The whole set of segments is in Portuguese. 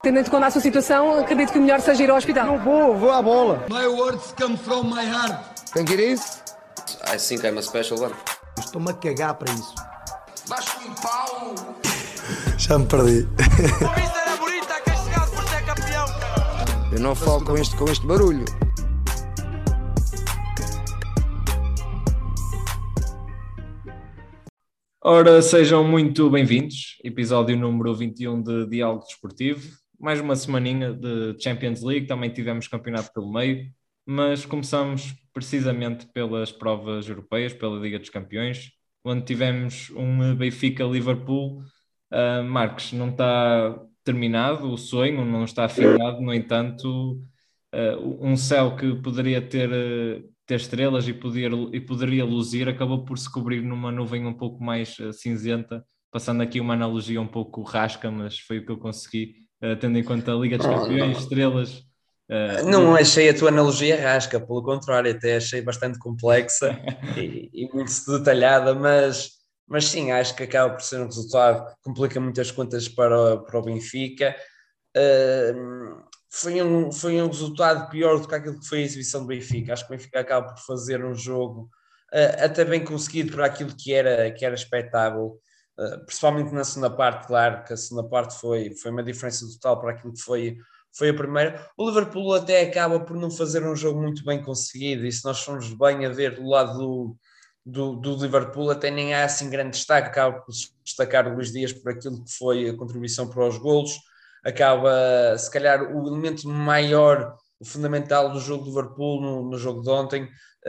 Tendo em conta a sua situação, acredito que o melhor seja ir ao hospital. Não vou à bola. My words come from my heart. Tem que ir isso? I think I'm a special one. Estou-me a cagar para isso. Baixo em pau. Já me perdi. A vista era bonita, castigado por ser campeão. Eu não falo com este barulho. Ora, sejam muito bem-vindos, episódio número 21 de Diálogo Desportivo, mais uma semaninha de Champions League, também tivemos campeonato pelo meio, mas começamos precisamente pelas provas europeias, pela Liga dos Campeões, onde tivemos um Benfica-Liverpool. Marcos, não está terminado o sonho, não está afinado, no entanto, um céu que poderia ter estrelas e poderia luzir, acabou por se cobrir numa nuvem um pouco mais cinzenta, passando aqui uma analogia um pouco rasca, mas foi o que eu consegui, tendo em conta a Liga dos Campeões, estrelas. Não achei a tua analogia rasca, pelo contrário, até achei bastante complexa e muito detalhada, mas sim, acho que acaba por ser um resultado que complica muitas contas para o Benfica. Foi um resultado pior do que aquilo que foi a exibição do Benfica. Acho que o Benfica acaba por fazer um jogo até bem conseguido para aquilo que era expectável, principalmente na segunda parte. Claro que a segunda parte foi uma diferença total para aquilo que foi a primeira. O Liverpool até acaba por não fazer um jogo muito bem conseguido, e se nós formos bem a ver do lado do Liverpool, até nem há assim grande destaque. Acaba por destacar o Luís Dias por aquilo que foi a contribuição para os golos. Acaba, se calhar, o elemento maior, o fundamental do jogo do Liverpool no jogo de ontem,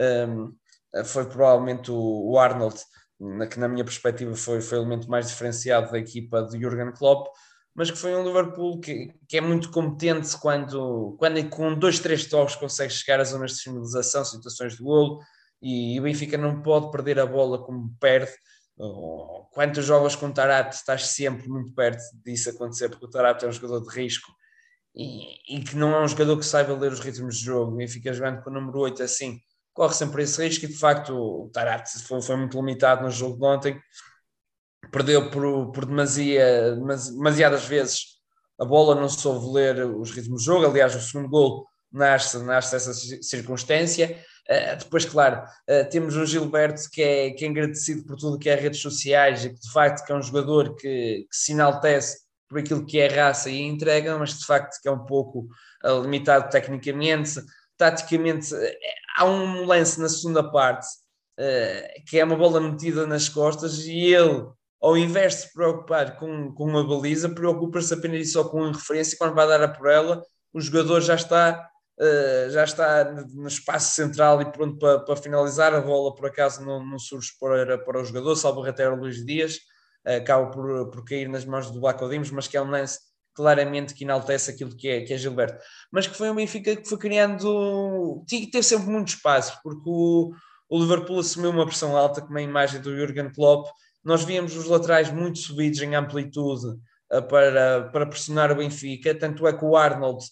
foi provavelmente o Arnold, que na minha perspectiva foi o elemento mais diferenciado da equipa de Jürgen Klopp, mas que foi um Liverpool que é muito competente quando com 2-3 toques consegue chegar às zonas de finalização, situações de golo, e o Benfica não pode perder a bola como perde. Quando tu jogas com o Tarapte, estás sempre muito perto disso acontecer, porque o Tarapte é um jogador de risco e que não é um jogador que saiba ler os ritmos de jogo. O Benfica jogando com o número 8 assim, corre sempre esse risco, e de facto o Tarapte foi muito limitado no jogo de ontem. Perdeu por demasiadas vezes a bola, não soube ler os ritmos de jogo. Aliás, o segundo golo nasce dessa circunstância. Depois, claro, temos um Gilberto que é agradecido por tudo que é redes sociais, e que de facto que é um jogador que se enaltece por aquilo que é raça e entrega, mas de facto que é um pouco limitado tecnicamente. Taticamente, há um lance na segunda parte que é uma bola metida nas costas, e ele, ao invés de se preocupar com a baliza, preocupa-se apenas só com a referência, e quando vai dar a por ela, o jogador já está no espaço central e pronto para finalizar. A bola por acaso não surge para o jogador, salvo até o Luís Dias, acaba por cair nas mãos do Black Dimos, mas que é um lance claramente que enaltece aquilo que é Gilberto. Mas que foi um Benfica que foi criando, teve sempre muito espaço, porque o Liverpool assumiu uma pressão alta, como a imagem do Jürgen Klopp. Nós víamos os laterais muito subidos em amplitude para pressionar o Benfica, tanto é que o Arnold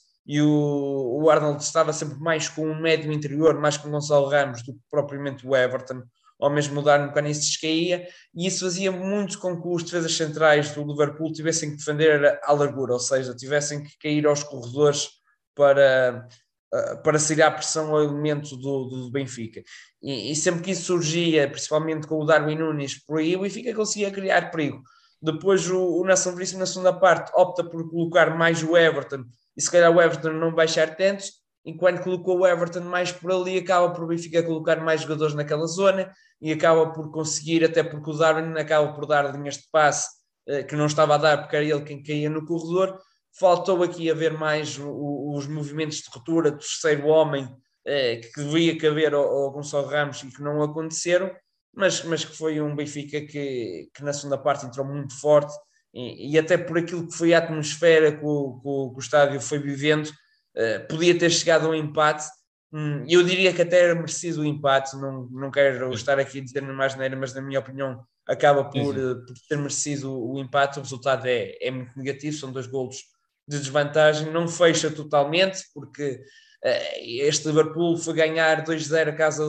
estava sempre mais com um médio interior, mais com o Gonçalo Ramos do que propriamente o Everton, ou mesmo o Darwin quando isso descaía, e isso fazia muito com que os defesas centrais do Liverpool tivessem que defender à largura, ou seja, tivessem que cair aos corredores para sair à pressão ao elemento do Benfica. E sempre que isso surgia, principalmente com o Darwin Núñez por aí, o Benfica conseguia criar perigo. Depois o Nelson Veríssimo, na segunda parte, opta por colocar mais o Everton, e se calhar o Everton não baixar tanto, enquanto colocou o Everton mais por ali, acaba por o Benfica colocar mais jogadores naquela zona, e acaba por conseguir, até porque o Darwin acaba por dar linhas de passe que não estava a dar, porque era ele quem caía no corredor. Faltou aqui haver mais os movimentos de ruptura do terceiro homem que devia caber ao Gonçalo Ramos, e que não aconteceram, mas que foi um Benfica que na segunda parte entrou muito forte, e até por aquilo que foi a atmosfera que o estádio foi vivendo, podia ter chegado a um empate. Eu diria que até era merecido o empate. Não quero estar aqui a dizer mais neira, mas na minha opinião acaba por ter merecido o empate. O resultado é muito negativo, são 2 golos de desvantagem, não fecha totalmente, porque este Liverpool foi ganhar 2-0 a casa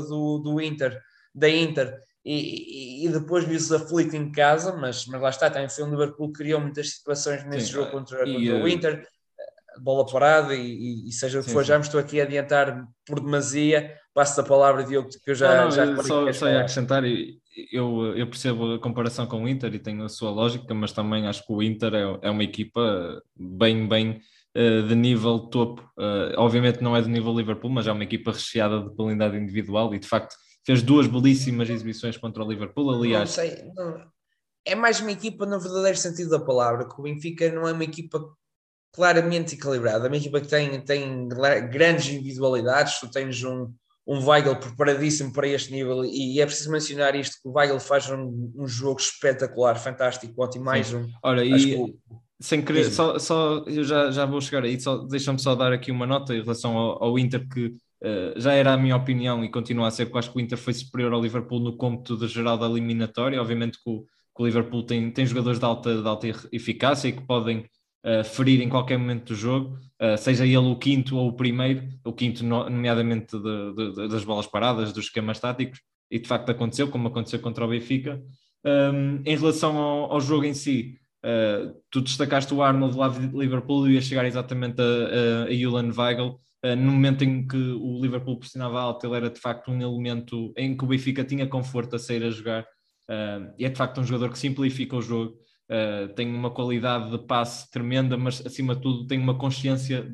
da Inter, e depois viu-se aflito em casa, mas lá está, também foi um Liverpool que criou muitas situações nesse jogo contra o Inter. bola parada e seja o que Sim, for, sim. já me estou aqui a adiantar por demasia. Passo a palavra, Diogo, que eu já reparei que queres Só ia falar. acrescentar, eu percebo a comparação com o Inter e tenho a sua lógica, mas também acho que o Inter é uma equipa bem de nível topo. Obviamente não é de nível Liverpool, mas é uma equipa recheada de qualidade individual e de facto fez duas belíssimas exibições contra o Liverpool. Não Aliás, sei, é mais uma equipa no verdadeiro sentido da palavra, que o Benfica não é uma equipa claramente equilibrada, é uma equipa que tem grandes individualidades. Tu tens um Weigl preparadíssimo para este nível, e é preciso mencionar isto, que o Weigl faz um jogo espetacular, fantástico, ótimo, mais sim. um. Ora, Acho que sem querer, diz-me. eu já vou chegar aí, deixa-me só dar aqui uma nota em relação ao Inter, que já era a minha opinião e continua a ser, que eu acho que o Inter foi superior ao Liverpool no cômputo de geral da eliminatória. Obviamente que o Liverpool tem jogadores de alta eficácia e que podem ferir em qualquer momento do jogo, seja ele o quinto ou o quinto nomeadamente das bolas paradas, dos esquemas táticos, e de facto aconteceu, como aconteceu contra o Benfica. Em relação ao jogo em si, tu destacaste o Arnold do lado de Liverpool e ia chegar exatamente a Julian Weigl. No momento em que o Liverpool pressionava alto, ele era de facto um elemento em que o Benfica tinha conforto a sair a jogar, e é de facto um jogador que simplifica o jogo. Tem uma qualidade de passe tremenda, mas acima de tudo tem uma consciência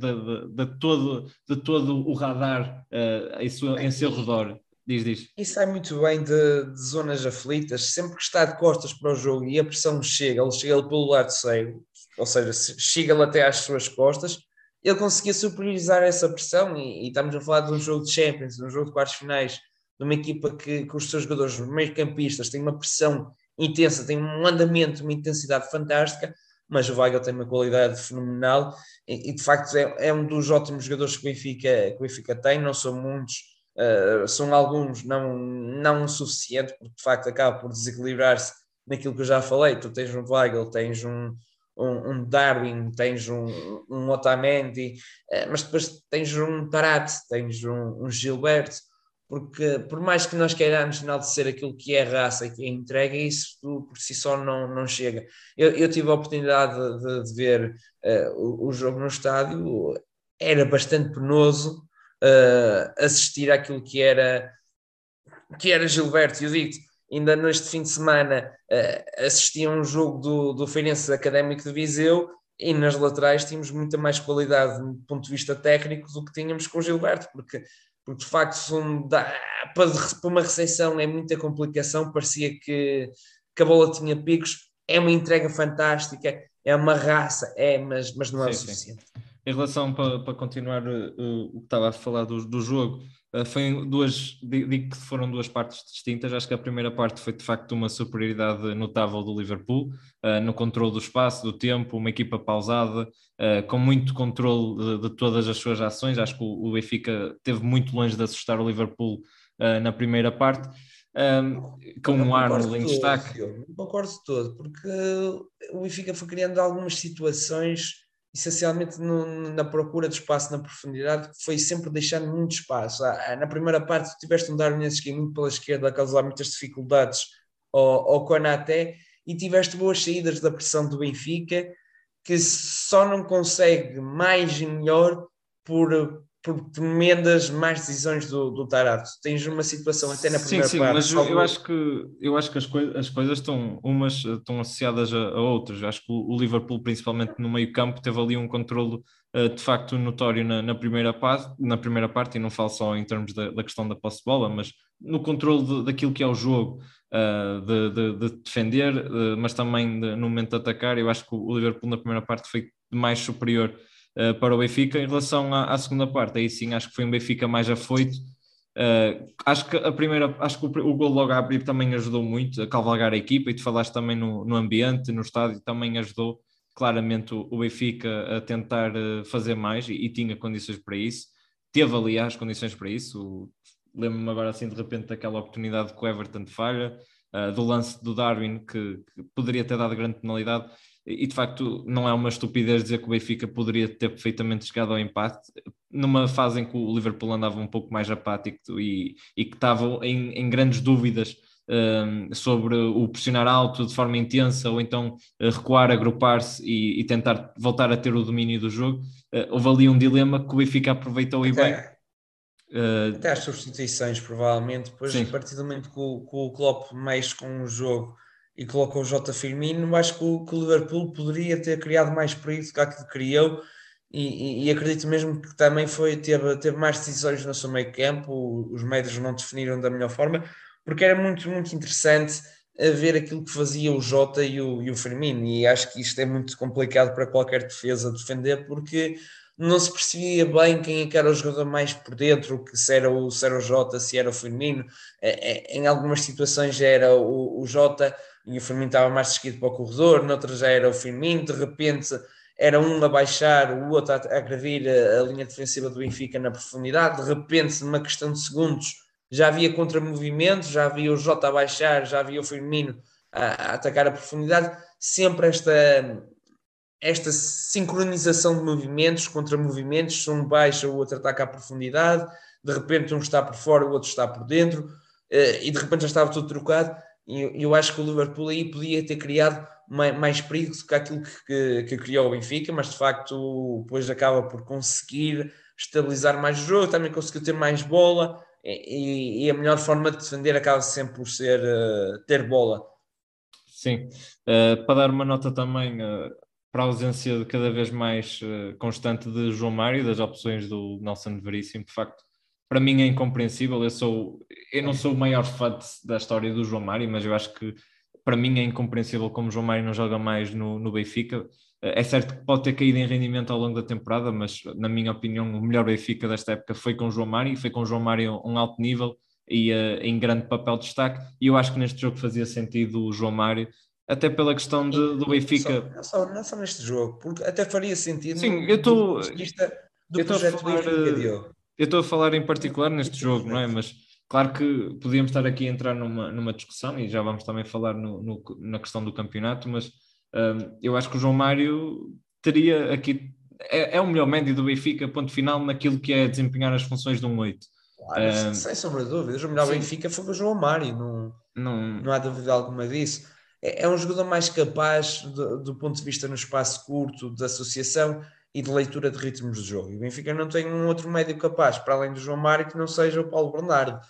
de todo o radar em seu redor. Diz. E sai muito bem de zonas aflitas, sempre que está de costas para o jogo e a pressão chega, ele chega pelo lado cedo, ou seja, chega-lhe até às suas costas, ele conseguia superiorizar essa pressão, e estamos a falar de um jogo de Champions, de um jogo de quartos finais, de uma equipa que os seus jogadores meio-campistas têm uma pressão intensa, têm um andamento, uma intensidade fantástica, mas o Weigl tem uma qualidade fenomenal e de facto é um dos ótimos jogadores que o Benfica tem. Não são muitos, são alguns, não o suficiente, porque de facto acaba por desequilibrar-se naquilo que eu já falei. Tu tens um Weigl, tens um Darwin, tens um Otamendi, mas depois tens um Tarate, tens um Gilberto, porque por mais que nós queiramos enaltecer aquilo que é raça e que é entrega, isso por si só não chega. Eu tive a oportunidade de ver o jogo no estádio, era bastante penoso assistir àquilo que era Gilberto. Eu digo, ainda neste fim de semana assisti a um jogo do Feirense Académico de Viseu, e nas laterais tínhamos muita mais qualidade do ponto de vista técnico do que tínhamos com o Gilberto, porque de facto para uma recepção é muita complicação. Parecia que a bola tinha picos. É uma entrega fantástica, é uma raça, mas não é o suficiente. Em relação, para continuar o que estava a falar do jogo, digo que foram duas partes distintas. Acho que a primeira parte foi de facto uma superioridade notável do Liverpool, no controle do espaço, do tempo, uma equipa pausada, com muito controle de todas as suas ações. Acho que o Benfica esteve muito longe de assustar o Liverpool na primeira parte, com o Arnold em destaque. Não concordo de todo, porque o Benfica foi criando algumas situações, essencialmente na procura de espaço na profundidade, que foi sempre deixando muito espaço. Na primeira parte tiveste um Darwin que muito pela esquerda a causar muitas dificuldades ao Konaté, e tiveste boas saídas da pressão do Benfica, que só não consegue mais e melhor por tremendas más decisões do Tarato. Tens uma situação até na primeira parte. Mas eu acho que as coisas estão associadas a outras. Acho que o Liverpool, principalmente no meio-campo, teve ali um controlo de facto notório na primeira parte, e não falo só em termos da questão da posse de bola, mas no controlo daquilo que é o jogo, de defender, mas também no momento de atacar. Eu acho que o Liverpool na primeira parte foi mais superior para o Benfica. Em relação à segunda parte, aí sim acho que foi um Benfica mais afoito. Acho que o gol logo a abrir também ajudou muito a cavalgar a equipa, e tu falaste também no ambiente, no estádio, também ajudou claramente o Benfica a tentar fazer mais, e tinha condições para isso. Teve ali as condições para isso. Lembro-me agora assim de repente daquela oportunidade que o Everton falha, do lance do Darwin que poderia ter dado grande penalidade. E de facto não é uma estupidez dizer que o Benfica poderia ter perfeitamente chegado ao empate numa fase em que o Liverpool andava um pouco mais apático e que estava em grandes dúvidas sobre o pressionar alto de forma intensa ou então recuar, agrupar-se e tentar voltar a ter o domínio do jogo. Houve ali um dilema que o Benfica aproveitou e bem. Até as substituições, provavelmente, depois Sim. a partir do momento que o Klopp mexe com o jogo e coloca o Jota Firmino, acho que o Liverpool poderia ter criado mais perigo do que aquilo que criou, e acredito mesmo que também teve mais decisões no seu meio campo. Os médios não definiram da melhor forma, porque era muito, muito interessante a ver aquilo que fazia o Jota e o Firmino, e acho que isto é muito complicado para qualquer defesa defender, porque não se percebia bem quem é que era o jogador mais por dentro, se era o Jota, se era o Firmino. Em algumas situações era o Jota e o Firmino estava mais descido para o corredor, noutras já era o Firmino, de repente era um a baixar, o outro a agredir a linha defensiva do Benfica na profundidade, de repente, numa questão de segundos, já havia contramovimentos, já havia o Jota a baixar, já havia o Firmino a atacar a profundidade, sempre esta sincronização de movimentos contra movimentos, um baixa, o outro ataca à profundidade, de repente um está por fora, o outro está por dentro, e de repente já estava tudo trocado, e eu acho que o Liverpool aí podia ter criado mais perigo do que aquilo que criou o Benfica, mas de facto depois acaba por conseguir estabilizar mais o jogo, também conseguiu ter mais bola, e a melhor forma de defender acaba sempre por ser ter bola. Sim, para dar uma nota também para a ausência de cada vez mais constante de João Mário, das opções do Nelson Veríssimo, de facto, para mim é incompreensível. Eu não sou o maior fã da história do João Mário, mas eu acho que para mim é incompreensível como o João Mário não joga mais no Benfica. É certo que pode ter caído em rendimento ao longo da temporada, mas na minha opinião o melhor Benfica desta época foi com o João Mário, e foi com o João Mário a um alto nível e em grande papel de destaque, e eu acho que neste jogo fazia sentido o João Mário, até pela questão do Benfica. Não só neste jogo, porque até faria sentido. Sim, do projeto Benfica, Diogo. Eu estou a falar em particular neste jogo, não é? Mas claro que podíamos estar aqui a entrar numa discussão, e já vamos também falar na questão do campeonato, mas eu acho que o João Mário teria aqui, é o melhor médio do Benfica, ponto final, naquilo que é desempenhar as funções de um 8. Claro, sem sombra de dúvidas, o melhor sim. Benfica foi o João Mário, não há dúvida alguma disso. É um jogador mais capaz do ponto de vista no espaço curto, de associação e de leitura de ritmos de jogo. E o Benfica não tem um outro médio capaz, para além do João Mário, que não seja o Paulo Bernardo.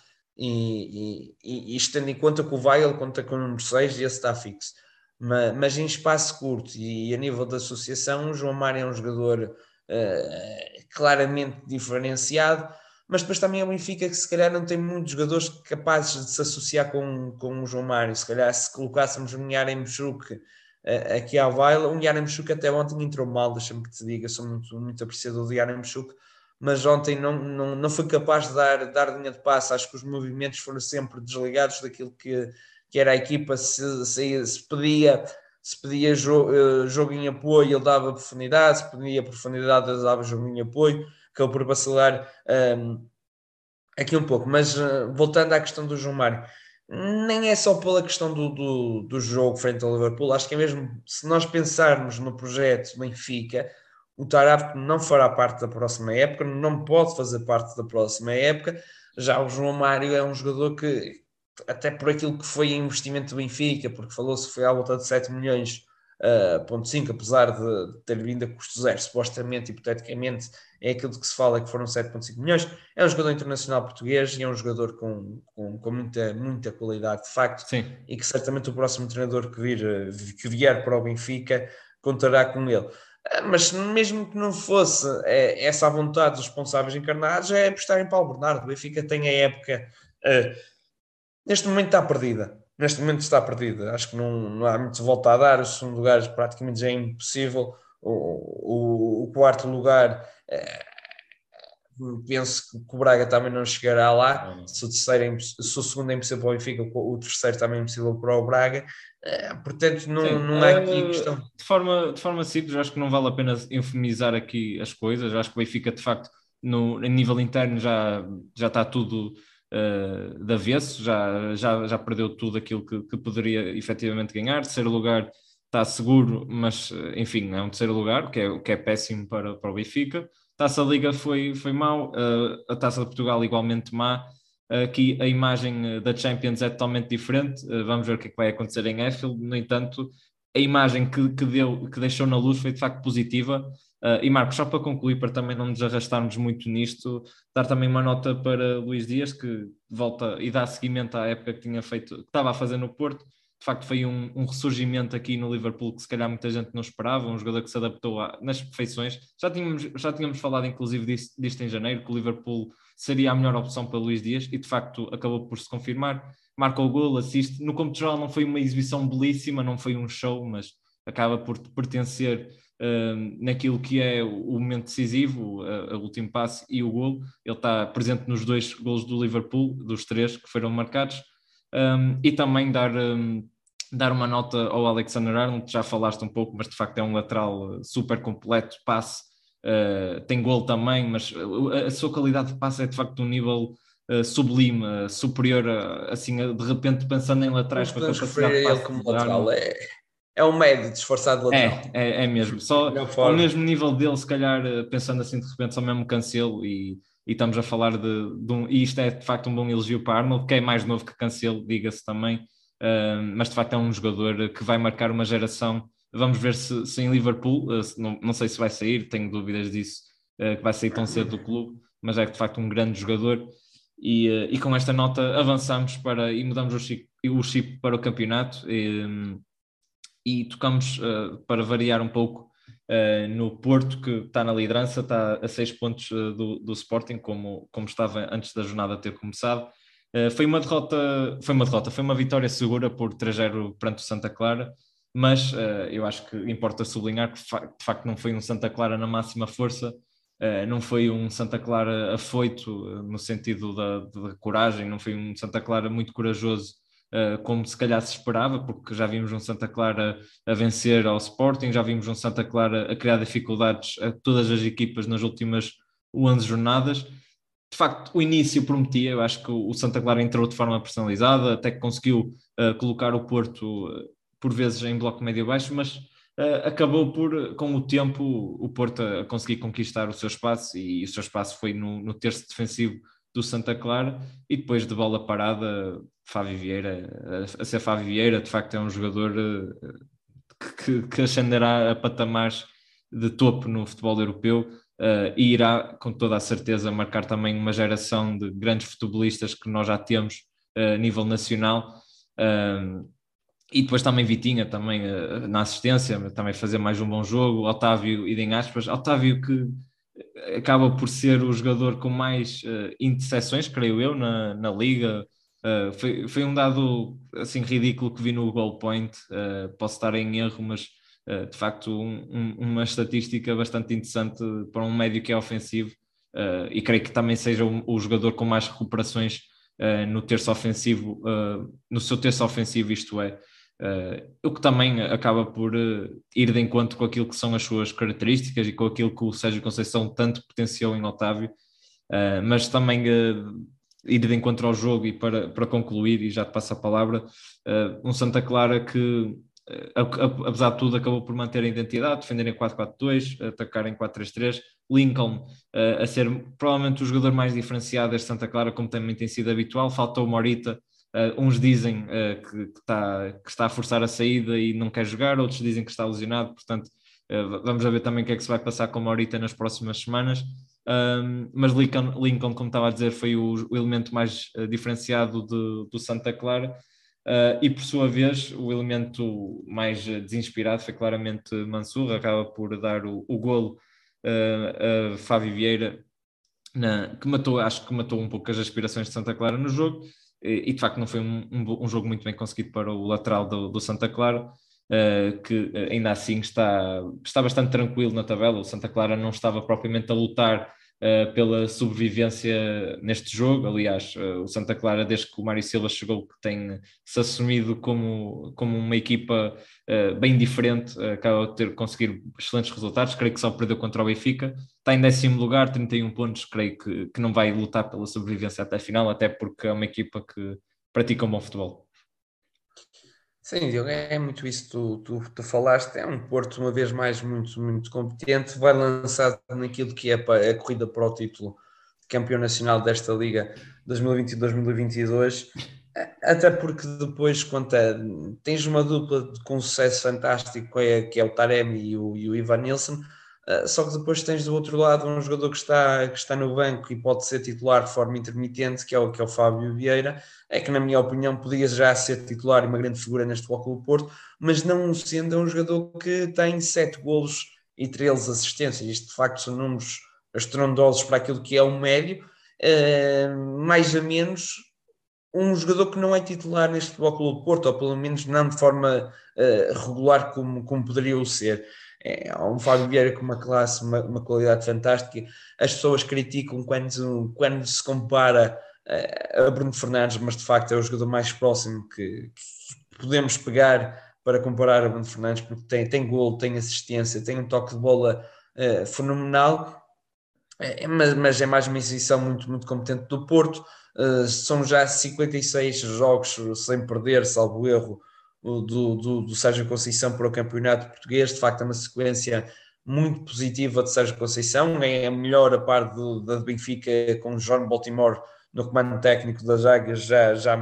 E isto tendo em conta que o Weigl conta com o número 6 e esse está fixo. Mas em espaço curto e a nível de associação, o João Mário é um jogador claramente diferenciado, mas depois também é o Benfica que se calhar não tem muitos jogadores capazes de se associar com o João Mário. Se calhar se colocássemos um Yaremchuk aqui à Vaila, um Yaremchuk até ontem entrou mal, deixa-me que te diga, sou muito, muito apreciador do Yaremchuk, mas ontem não foi capaz de dar linha de passe. Acho que os movimentos foram sempre desligados daquilo que era a equipa. Se pedia jogo em apoio, ele dava profundidade, se pedia profundidade, ele dava jogo em apoio, acabou por vacilar aqui um pouco. Mas voltando à questão do João Mário, nem é só pela questão do jogo frente ao Liverpool. Acho que é mesmo, se nós pensarmos no projeto Benfica, o Taarabt não fará parte da próxima época, não pode fazer parte da próxima época. Já o João Mário é um jogador que, até por aquilo que foi investimento do Benfica, porque falou-se que foi à volta de 7 milhões, 0,5, apesar de ter vindo a custo zero, supostamente, hipoteticamente, é aquilo de que se fala que foram 7,5 milhões. É um jogador internacional português e é um jogador com muita qualidade, de facto. Sim. E que certamente o próximo treinador que vier para o Benfica contará com ele. Mas mesmo que não fosse essa a vontade dos responsáveis encarnados, é apostar em Paulo Bernardo. O Benfica tem a época, neste momento está perdida. Acho que não há muito volta a dar. O segundo lugar praticamente já é impossível. O quarto lugar, penso que o Braga também não chegará lá. Se o segundo é impossível para o Benfica, o terceiro também é impossível para o Braga. Portanto, não há aqui questão. De forma simples, acho que não vale a pena eufemizar aqui as coisas. Acho que o Benfica, de facto, a nível interno já está tudo de avesso, já perdeu tudo aquilo que poderia efetivamente ganhar. Terceiro lugar está seguro, mas enfim, é um terceiro lugar, o que é péssimo para o Benfica. Taça da Liga foi mau, a Taça de Portugal igualmente má. Aqui a imagem da Champions é totalmente diferente, vamos ver o que é que vai acontecer em Anfield. No entanto, a imagem que deixou na luz foi de facto positiva. E Marcos, só para concluir, para também não nos arrastarmos muito nisto, dar também uma nota para Luís Dias, que volta e dá seguimento à época que estava a fazer no Porto. De facto foi um ressurgimento aqui no Liverpool que se calhar muita gente não esperava, um jogador que se adaptou nas perfeições. Já tínhamos falado inclusive disto em janeiro, que o Liverpool seria a melhor opção para Luís Dias, e de facto acabou por se confirmar. Marca o golo, assiste. No campo geral não foi uma exibição belíssima, não foi um show, mas acaba por pertencer naquilo que é o momento decisivo, o último passe e o golo. Ele está presente nos 2 golos do Liverpool, dos 3 que foram marcados. E também dar uma nota ao Alexander-Arnold, que já falaste um pouco, mas de facto é um lateral super completo, passe, tem golo também, mas a sua qualidade de passe é de facto de um nível sublime, superior, assim, de repente pensando em laterais, com a capacidade de passe como lateral, é um médio disfarçado de lateral. É mesmo, só ao mesmo nível dele, se calhar, pensando assim de repente, só mesmo Cancelo, e estamos a falar e isto é de facto um bom elogio para Arnold, que é mais novo que Cancelo, diga-se também, mas de facto é um jogador que vai marcar uma geração. Vamos ver se em Liverpool, não sei se vai sair, tenho dúvidas disso, que vai sair tão cedo do clube, mas é de facto um grande jogador. E com esta nota avançamos e mudamos o chip para o campeonato, e tocamos, para variar um pouco, no Porto, que está na liderança, está a 6 pontos do Sporting, como estava antes da jornada ter começado. Foi uma vitória segura por 3-0 perante o Santa Clara, mas eu acho que importa sublinhar que de facto não foi um Santa Clara na máxima força, não foi um Santa Clara afoito no sentido da coragem, não foi um Santa Clara muito corajoso, como se calhar se esperava, porque já vimos um Santa Clara a vencer ao Sporting, já vimos um Santa Clara a criar dificuldades a todas as equipas nas últimas 11 jornadas. De facto, o início prometia. Eu acho que o Santa Clara entrou de forma personalizada, até que conseguiu colocar o Porto por vezes em bloco médio-baixo, mas acabou com o tempo, o Porto a conseguir conquistar o seu espaço, e o seu espaço foi no terço defensivo do Santa Clara, e depois de bola parada, Fábio Vieira, de facto é um jogador que ascenderá a patamares de topo no futebol europeu, e irá com toda a certeza marcar também uma geração de grandes futebolistas que nós já temos a nível nacional. E depois também Vitinha, também na assistência, também fazer mais um bom jogo. Otávio, idem aspas, Otávio, que acaba por ser o jogador com mais interseções, creio eu, na Liga. Foi um dado assim ridículo que vi no Goal Point, posso estar em erro, mas de facto uma estatística bastante interessante para um médio que é ofensivo, e creio que também seja o jogador com mais recuperações no terço ofensivo, no seu terço ofensivo, isto é. O que também acaba por ir de encontro com aquilo que são as suas características e com aquilo que o Sérgio Conceição tanto potenciou em Otávio, mas também ir de encontro ao jogo. E para concluir, e já te passo a palavra, um Santa Clara que, apesar de tudo, acabou por manter a identidade, defender em 4-4-2, atacar em 4-3-3, Lincoln a ser provavelmente o jogador mais diferenciado deste Santa Clara, como também tem sido habitual. Faltou Morita. Uns dizem que está a forçar a saída e não quer jogar, outros dizem que está lesionado, portanto vamos ver também o que é que se vai passar com a Morita nas próximas semanas, mas Lincoln, como estava a dizer, foi o elemento mais diferenciado do Santa Clara, e por sua vez o elemento mais desinspirado foi claramente Mansour. Acaba por dar o golo a Fábio Vieira, acho que matou um pouco as aspirações de Santa Clara no jogo. E de facto não foi um jogo muito bem conseguido para o lateral do Santa Clara, que ainda assim está bastante tranquilo na tabela. O Santa Clara não estava propriamente a lutar pela sobrevivência neste jogo. Aliás, o Santa Clara, desde que o Mário Silva chegou, que tem-se assumido como uma equipa bem diferente, acaba de ter conseguido excelentes resultados. Creio que só perdeu contra o Benfica. Está em 10º lugar, 31 pontos. Creio que não vai lutar pela sobrevivência até a final, até porque é uma equipa que pratica um bom futebol. Sim, Diogo, é muito isso que tu falaste. É um Porto, uma vez mais, muito, muito competente. Vai lançado naquilo que é a corrida para o título campeão nacional desta Liga 2020-2022, até porque depois tens uma dupla com sucesso fantástico que é o Taremi e o Ivan Nilsson, só que depois tens do outro lado um jogador que está no banco e pode ser titular de forma intermitente, que é o Fábio Vieira, que na minha opinião podia já ser titular e uma grande figura neste Futebol Clube do Porto, mas não sendo, é um jogador que tem 7 golos e 13 assistências. Isto de facto são números estrondosos para aquilo que é um médio, mais ou menos um jogador que não é titular neste Futebol Clube do Porto, ou pelo menos não de forma regular como poderia o ser. É um Fábio Vieira com uma classe, uma qualidade fantástica. As pessoas criticam quando se compara a Bruno Fernandes, mas de facto é o jogador mais próximo que podemos pegar para comparar a Bruno Fernandes, porque tem golo, tem assistência, tem um toque de bola fenomenal, mas é mais uma exibição muito, muito competente do Porto. São já 56 jogos sem perder, salvo erro, do Sérgio Conceição para o campeonato português. De facto é uma sequência muito positiva de Sérgio Conceição, é a melhor a par da de Benfica, com John Baltimore no comando técnico das Águias já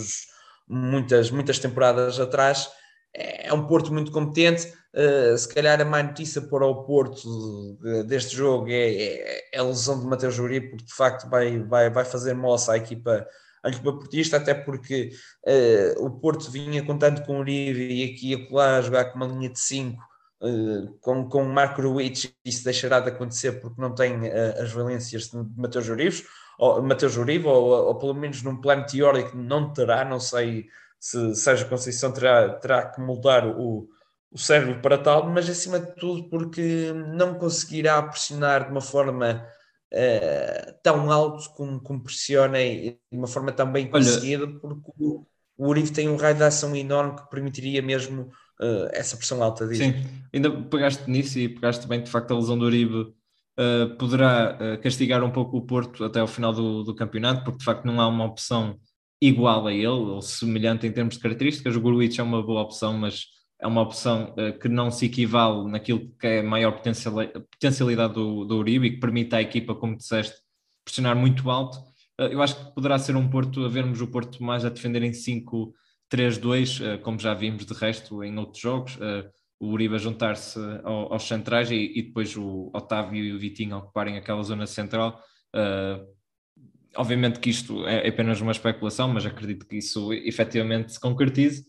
muitas temporadas atrás. É um Porto muito competente. Se calhar a má notícia para o Porto deste jogo é a lesão de Mateus Uribe, porque de facto vai fazer moça à equipa portista, até porque o Porto vinha contando com o Uribe e aqui e acolá a jogar com uma linha de 5 com o Marco Ruiz. Isso deixará de acontecer porque não tem as valências de Mateus Uribe, ou pelo menos num plano teórico não terá. Não sei se Sérgio Conceição terá que moldar o cérebro para tal, mas acima de tudo porque não conseguirá pressionar de uma forma tão alto como pressiona, e de uma forma tão bem conseguida, porque o Uribe tem um raio de ação enorme que permitiria mesmo essa pressão alta disso. Sim, ainda pegaste nisso e pegaste bem, de facto a lesão do Uribe poderá castigar um pouco o Porto até ao final do campeonato, porque de facto não há uma opção igual a ele, ou semelhante em termos de características. O Gruitch é uma boa opção, mas é uma opção que não se equivale naquilo que é a maior potencialidade do Uribe, e que permite à equipa, como disseste, pressionar muito alto. Eu acho que poderá ser um Porto, a vermos o Porto mais a defender em 5-3-2, como já vimos de resto em outros jogos, o Uribe a juntar-se aos centrais e depois o Otávio e o Vitinho ocuparem aquela zona central. Obviamente que isto é apenas uma especulação, mas acredito que isso efetivamente se concretize.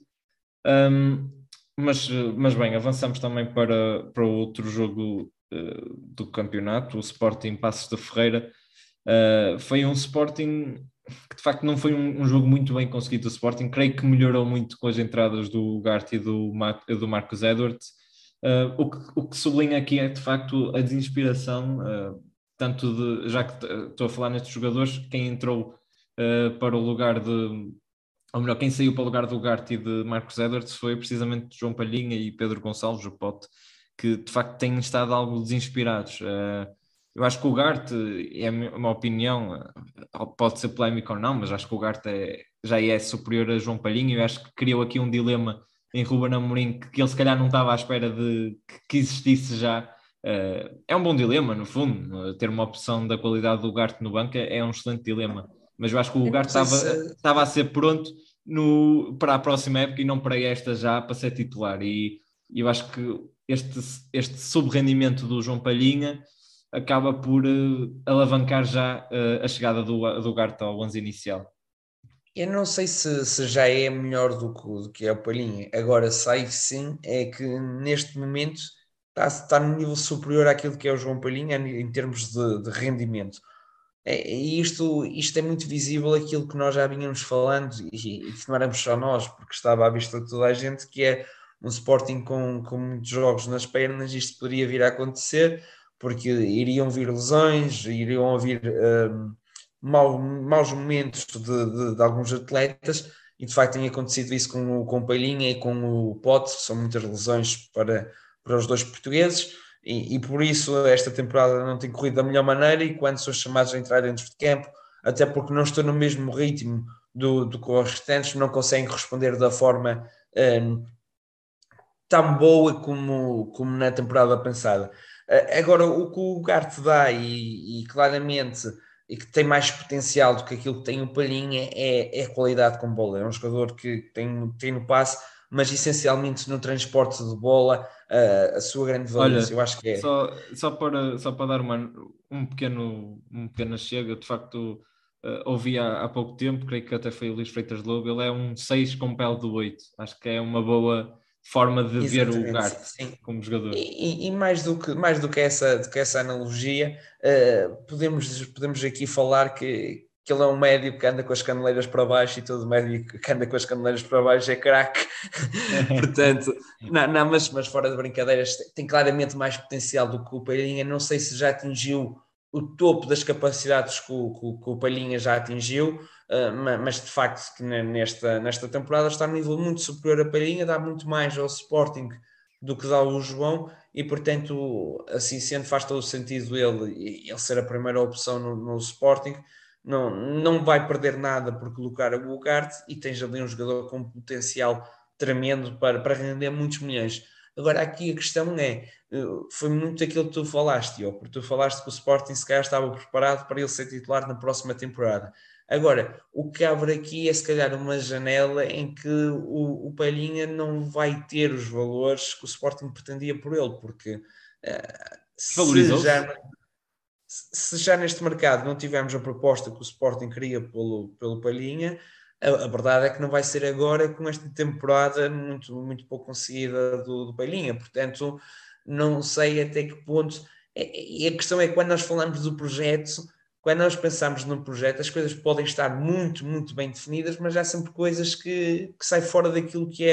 Mas bem, avançamos também para outro jogo do campeonato, o Sporting Paços de Ferreira. Foi um Sporting que de facto não foi um jogo muito bem conseguido do Sporting. Creio que melhorou muito com as entradas do Ugarte e do Marcos Edwards. O que sublinha aqui é de facto a desinspiração, já que estou a falar nestes jogadores, quem entrou para o lugar ou melhor, quem saiu para o lugar do Ugarte e de Marcos Edwards foi precisamente João Palhinha e Pedro Gonçalves, o Pote, que de facto têm estado algo desinspirados. Eu acho que o Ugarte, é uma opinião, pode ser polémico ou não, mas acho que o Ugarte já é superior a João Palhinha. Eu acho que criou aqui um dilema em Ruben Amorim que ele se calhar não estava à espera de que existisse já. É um bom dilema, no fundo, ter uma opção da qualidade do Ugarte no banco é um excelente dilema, mas eu acho que o Ugarte estava a ser pronto para a próxima época e não para esta já, para ser titular, e eu acho que este subrendimento do João Palhinha acaba por alavancar já a chegada do Ugarte ao 11 inicial. Eu não sei se já é melhor do que é o Palhinha. Agora, sei sim, é que neste momento está num nível superior àquilo que é o João Palhinha em termos de rendimento. E isto é muito visível, aquilo que nós já vínhamos falando, e que não éramos só nós, porque estava à vista de toda a gente, que é um Sporting com muitos jogos nas pernas. Isto poderia vir a acontecer, porque iriam vir lesões, iriam haver maus momentos de alguns atletas, e de facto tem acontecido isso com o Palhinha e com o Pote. São muitas lesões para os dois portugueses, e por isso esta temporada não tem corrido da melhor maneira, e quando são chamados a entrar dentro de campo, até porque não estão no mesmo ritmo do que os restantes, não conseguem responder da forma tão boa como na temporada passada. Agora, o que o Ugarte dá, e claramente e que tem mais potencial do que aquilo que tem o Palhinha é a qualidade com bola. É um jogador que tem no passe, mas essencialmente no transporte de bola, a sua grande valência. Olha, Eu acho que é. só para dar um pequeno chega, de facto, ouvi há pouco tempo, creio que até foi o Luís Freitas Lobo, ele é um 6 com pele de 8. Acho que é uma boa forma de ver o Ugarte como jogador. E mais do que essa analogia, podemos aqui falar que ele é um médio que anda com as caneleiras para baixo, e todo médio que anda com as caneleiras para baixo é craque. Portanto, não, mas fora de brincadeiras, tem claramente mais potencial do que o Palhinha. Não sei se já atingiu o topo das capacidades que o Palhinha já atingiu, mas de facto que nesta temporada está num nível muito superior a Palhinha, dá muito mais ao Sporting do que dá ao João, e portanto, assim sendo, faz todo o sentido ele ser a primeira opção no Sporting. Não vai perder nada por colocar o Ugarte, e tens ali um jogador com potencial tremendo para render muitos milhões. Agora aqui a questão foi muito aquilo que tu falaste, porque tu falaste que o Sporting se calhar estava preparado para ele ser titular na próxima temporada. Agora, o que abre aqui é se calhar uma janela em que o Palhinha não vai ter os valores que o Sporting pretendia por ele, porque se já neste mercado não tivermos a proposta que o Sporting queria pelo Palhinha, a verdade é que não vai ser agora, com esta temporada muito, muito pouco conseguida do Palhinha. Portanto, não sei até que ponto. E a questão é que quando nós falamos do projeto, quando nós pensamos num projeto, as coisas podem estar muito, muito bem definidas, mas há sempre coisas que saem fora daquilo que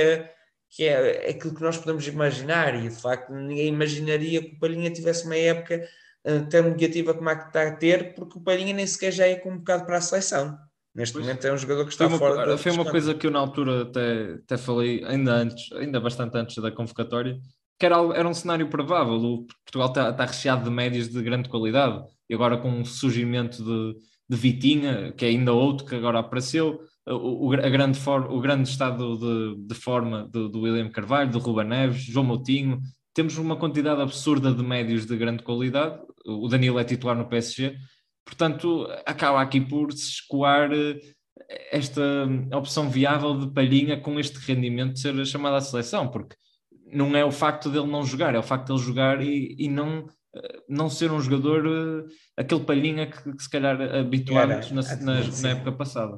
é aquilo que nós podemos imaginar, e de facto ninguém imaginaria que o Palhinha tivesse uma época tão negativa como a que está a ter, porque o Palhinha nem sequer já é convocado para a seleção. Neste momento é um jogador que está fora. Foi uma coisa que eu na altura até falei, ainda bastante antes da convocatória, que era um cenário provável. O Portugal está recheado de médios de grande qualidade, e agora com o surgimento de Vitinha, que é ainda outro que agora apareceu, o grande estado de forma do William Carvalho, do Ruben Neves, João Moutinho. Temos uma quantidade absurda de médios de grande qualidade. O Danilo é titular no PSG, portanto acaba aqui por se escoar esta opção viável de Palhinha com este rendimento de ser chamado à seleção, porque não é o facto dele não jogar, é o facto de ele jogar e não ser um jogador, aquele Palhinha que se calhar habituámos na época passada.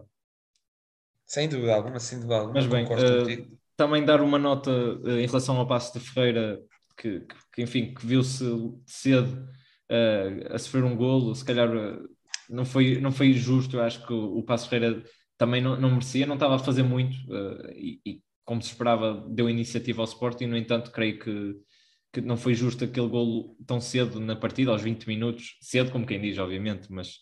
Sem dúvida alguma. Mas bem, também dar uma nota em relação ao Paços de Ferreira, que viu-se cedo a sofrer um golo. Se calhar não foi justo. Eu acho que o Paços de Ferreira também não merecia, não estava a fazer muito, e como se esperava deu iniciativa ao Sporting. No entanto, creio que não foi justo aquele golo tão cedo na partida, aos 20 minutos, cedo como quem diz, obviamente, mas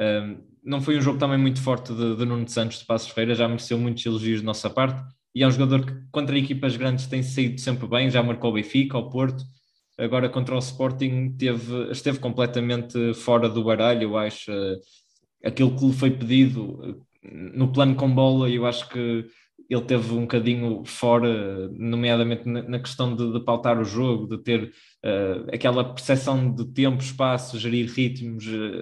não foi um jogo também muito forte de Nuno Santos de Paços de Ferreira. Já mereceu muitos elogios de nossa parte, e é um jogador que contra equipas grandes tem saído sempre bem. Já marcou o Benfica, o Porto, agora contra o Sporting esteve completamente fora do baralho. Eu acho aquilo que lhe foi pedido no plano com bola, eu acho que ele teve um bocadinho fora, nomeadamente na questão de pautar o jogo, de ter aquela percepção de tempo, espaço, gerir ritmos.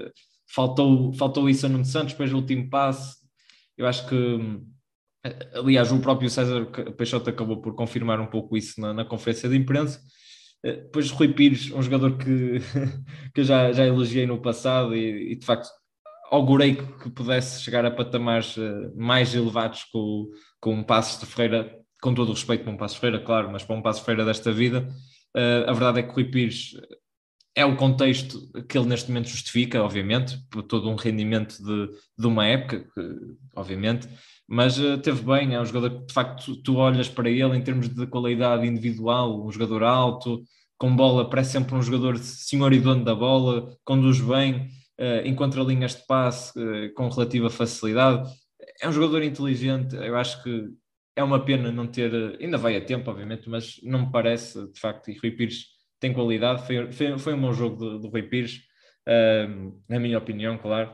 Faltou isso a Nuno Santos. Depois o último passe, eu acho que, aliás, o próprio César Peixoto acabou por confirmar um pouco isso na conferência de imprensa. Depois Rui Pires, um jogador que eu já elogiei no passado, e de facto augurei que pudesse chegar a patamares mais elevados com um Paços de Ferreira, com todo o respeito para um Paços de Ferreira, claro, mas para um Paços de Ferreira desta vida. A verdade é que Rui Pires é o contexto que ele neste momento justifica, obviamente, por todo um rendimento de uma época, obviamente, mas teve bem. É um jogador que de facto tu olhas para ele em termos de qualidade individual, um jogador alto, com bola, parece sempre um jogador senhor e dono da bola, conduz bem, encontra linhas de passe com relativa facilidade. É um jogador inteligente. Eu acho que é uma pena não ter, ainda vai a tempo, obviamente, mas não me parece, de facto, e Rui Pires tem qualidade. Foi um bom jogo do Rui Pires, na minha opinião, claro.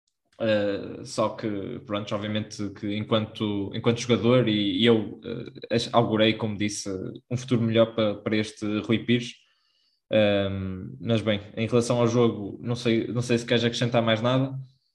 Só que, pronto, obviamente que enquanto jogador, e eu augurei, como disse, um futuro melhor para este Rui Pires. Mas bem, em relação ao jogo, não sei se queres acrescentar mais nada.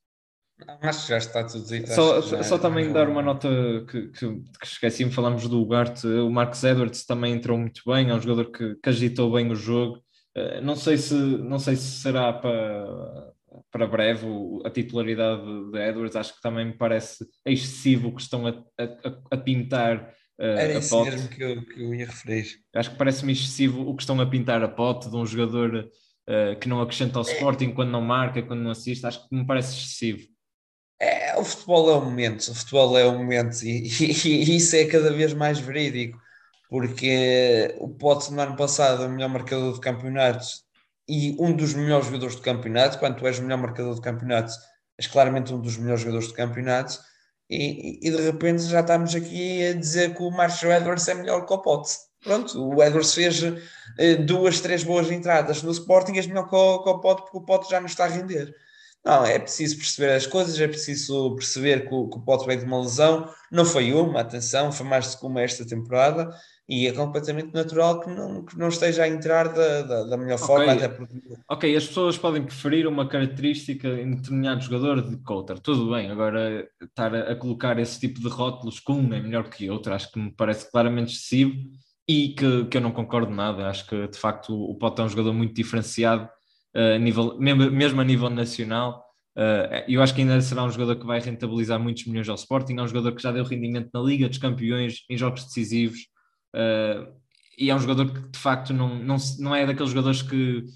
Acho que já está tudo dito. Só também dar uma nota que esqueci-me, falamos do Ugarte. O Marcus Edwards também entrou muito bem, é um jogador que agitou bem o jogo. Não sei se será para breve a titularidade de Edwards. Acho que também me parece excessivo o que estão a pintar Era a isso Pote. mesmo que eu ia referir. Acho que parece-me excessivo o que estão a pintar a Pote de um jogador que não acrescenta ao Sporting quando não marca, quando não assiste. Acho que me parece excessivo. O futebol é o momento e isso é cada vez mais verídico, porque o Pote no ano passado é o melhor marcador de campeonatos e um dos melhores jogadores do campeonato. Quando tu és o melhor marcador do campeonato, és claramente um dos melhores jogadores do campeonato e de repente já estamos aqui a dizer que o Marcus Edwards é melhor que o Pote. Pronto, o Edwards fez 2, 3 boas entradas no Sporting, és melhor que o Pote, porque o Pote já não está a render. Não, é preciso perceber as coisas, é preciso perceber que o Pote veio de uma lesão, não foi uma, atenção, foi mais do que uma esta temporada, e é completamente natural que não esteja a entrar da melhor forma, até porque... Ok, as pessoas podem preferir uma característica em determinado jogador de Coulter, tudo bem, agora estar a colocar esse tipo de rótulos com um é melhor que outro, acho que me parece claramente excessivo e que eu não concordo nada. Acho que de facto o Pote é um jogador muito diferenciado, mesmo a nível nacional. Eu acho que ainda será um jogador que vai rentabilizar muitos milhões ao Sporting. É um jogador que já deu rendimento na Liga dos Campeões, em jogos decisivos, e é um jogador que de facto não é daqueles jogadores que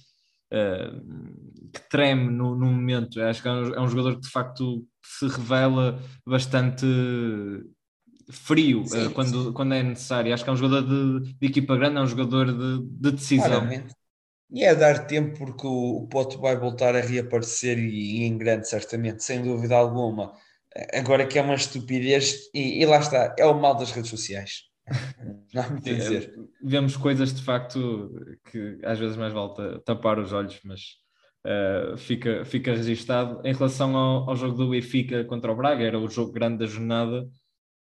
treme no momento. Acho que é um jogador que de facto se revela bastante frio quando é necessário. Acho que é um jogador de equipa grande, é um jogador de decisão. Claramente. E é dar tempo, porque o Pote vai voltar a reaparecer e em grande, certamente, sem dúvida alguma. Agora que é uma estupidez, e lá está, é o mal das redes sociais. Não há muito a dizer. Vemos coisas de facto que às vezes mais vale tapar os olhos, mas fica registado. Em relação ao jogo do Benfica contra o Braga, era o jogo grande da jornada.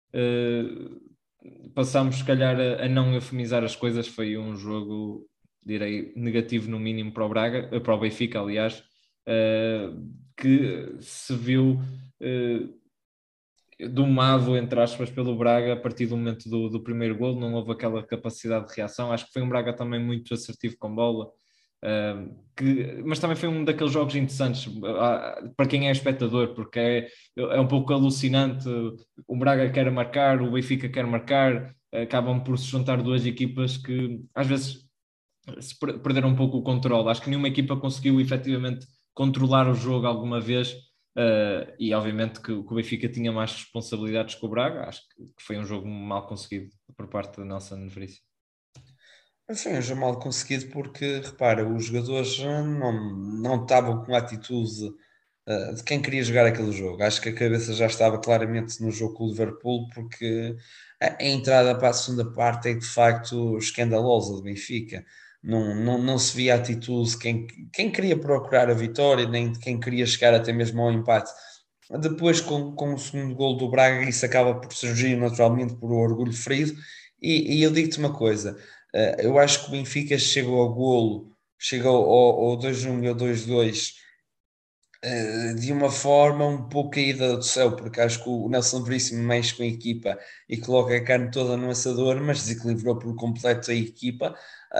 Passámos, se calhar, a não eufemizar as coisas. Foi um jogo, direi, negativo no mínimo para o Braga, para o Benfica, aliás, que se viu domado, entre aspas, pelo Braga a partir do momento do primeiro golo. Não houve aquela capacidade de reação. Acho que foi um Braga também muito assertivo com bola, mas também foi um daqueles jogos interessantes para quem é espectador, porque é um pouco alucinante. O Braga quer marcar, o Benfica quer marcar, acabam por se juntar duas equipas que às vezes se perderam um pouco o controle. Acho que nenhuma equipa conseguiu efetivamente controlar o jogo alguma vez, e obviamente que o Benfica tinha mais responsabilidades que o Braga. Acho que foi um jogo mal conseguido por parte de Nelson Veríssimo. Foi um jogo mal conseguido porque, repara, os jogadores não estavam com a atitude de quem queria jogar aquele jogo. Acho que a cabeça já estava claramente no jogo com o Liverpool, porque a entrada para a segunda parte é de facto escandalosa do Benfica. Não se via a atitude de quem queria procurar a vitória, nem de quem queria chegar até mesmo ao empate. Depois, com o segundo golo do Braga, isso acaba por surgir naturalmente por orgulho ferido. E eu digo-te uma coisa, eu acho que o Benfica chegou ao golo, chegou ao 2-1 e ao 2-2 de uma forma um pouco caída do céu, porque acho que o Nelson Veríssimo mexe com a equipa e coloca a carne toda no assador, mas desequilibrou por completo a equipa.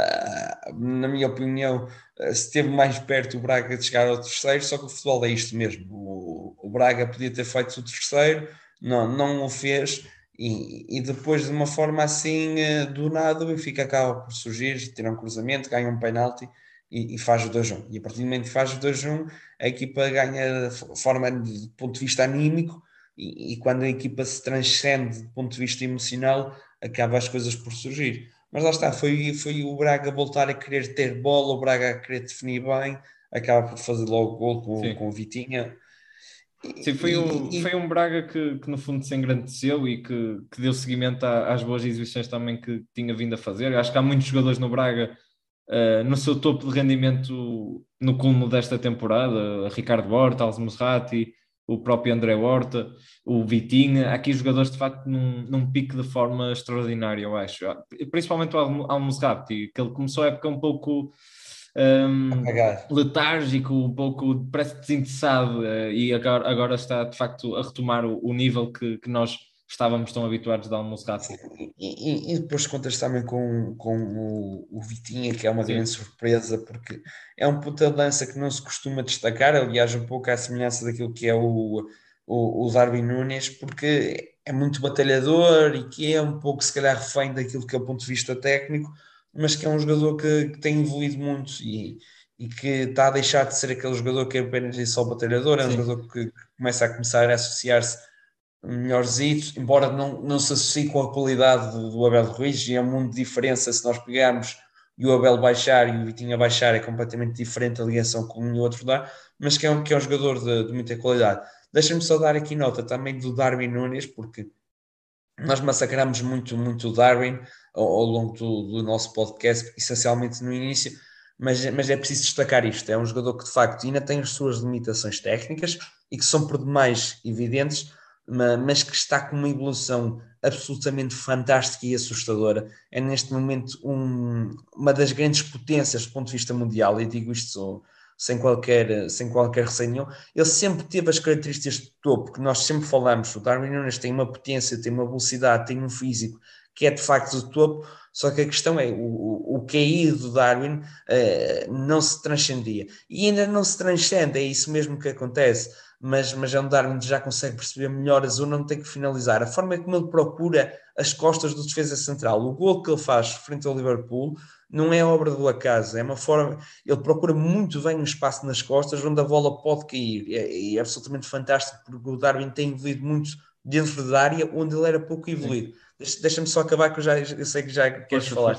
Na minha opinião, esteve mais perto o Braga de chegar ao terceiro, só que o futebol é isto mesmo. O Braga podia ter feito o terceiro, não o fez, e depois de uma forma assim, do nada, o Benfica acaba por surgir, tira um cruzamento, ganha um penalti e faz o 2-1. E a partir do momento que faz o 2-1, a equipa ganha de forma, de ponto de vista anímico, e quando a equipa se transcende do ponto de vista emocional, acaba as coisas por surgir. Mas lá está, foi o Braga voltar a querer ter bola, o Braga a querer definir bem, acaba por fazer logo o gol com o Vitinha. Sim, foi um Braga que no fundo se engrandeceu e que deu seguimento às boas exibições também que tinha vindo a fazer. Acho que há muitos jogadores no Braga no seu topo de rendimento no culmo desta temporada: Ricardo Horta, Al-Musrati, o próprio André Horta, o Vitinha. Há aqui jogadores de facto num pico de forma extraordinária, eu acho. Principalmente o Al-Musrati, que ele começou a época um pouco letárgico, um pouco, parece desinteressado, e agora está de facto a retomar o nível que nós estávamos tão habituados de Al Musrati. E depois contas também com o Vitinha, que é uma grande surpresa, porque é um ponta de lança que não se costuma destacar, aliás, um pouco à semelhança daquilo que é o Darwin Núñez, porque é muito batalhador e que é um pouco, se calhar, refém daquilo que é o ponto de vista técnico, mas que é um jogador que tem evoluído muito e que está a deixar de ser aquele jogador que é apenas e só batalhador, é um jogador que começa a começar a associar-se melhorzitos, embora não se associe com a qualidade do Abel Ruiz, e é um mundo de diferença se nós pegarmos e o Abel baixar e o Vitinha baixar, é completamente diferente a ligação que um e o outro dá, mas que é um jogador de muita qualidade. Deixa-me só dar aqui nota também do Darwin Núñez, porque nós massacramos muito o Darwin ao longo do nosso podcast, essencialmente no início, mas é preciso destacar isto, é um jogador que de facto ainda tem as suas limitações técnicas e que são por demais evidentes, mas que está com uma evolução absolutamente fantástica e assustadora. É neste momento uma das grandes potências do ponto de vista mundial, e digo isto sem qualquer receio nenhum. Ele sempre teve as características de topo, que nós sempre falamos. O Darwin Núñez tem uma potência, tem uma velocidade, tem um físico que é de facto de topo, só que a questão é, o QI do Darwin não se transcendia. E ainda não se transcende, é isso mesmo que acontece. Mas é um Darwin que já consegue perceber melhor a zona, não tem que finalizar. A forma como ele procura as costas do defesa central, o gol que ele faz frente ao Liverpool, não é obra do acaso, é uma forma, ele procura muito bem um espaço nas costas onde a bola pode cair, e é absolutamente fantástico, porque o Darwin tem evoluído muito dentro da área onde ele era pouco evoluído. Deixa-me só acabar, que eu sei que já queres falar.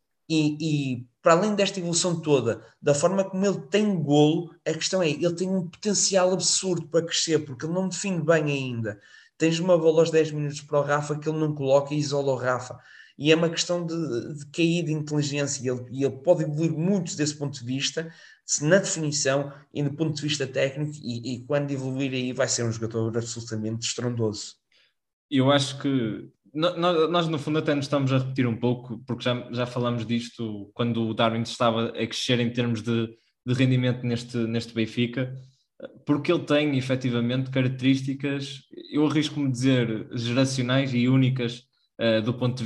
E para além desta evolução toda, da forma como ele tem golo, a questão é, ele tem um potencial absurdo para crescer, porque ele não define bem ainda. Tens uma bola aos 10 minutos para o Rafa que ele não coloca e isola o Rafa. E é uma questão de cair de inteligência, e ele pode evoluir muito desse ponto de vista, na definição e no ponto de vista técnico, e quando evoluir aí vai ser um jogador absolutamente estrondoso. Eu acho que nós no fundo até nos estamos a repetir um pouco, porque já falamos disto quando o Darwin estava a crescer em termos de rendimento neste Benfica, porque ele tem efetivamente características, eu arrisco-me dizer, geracionais e únicas do ponto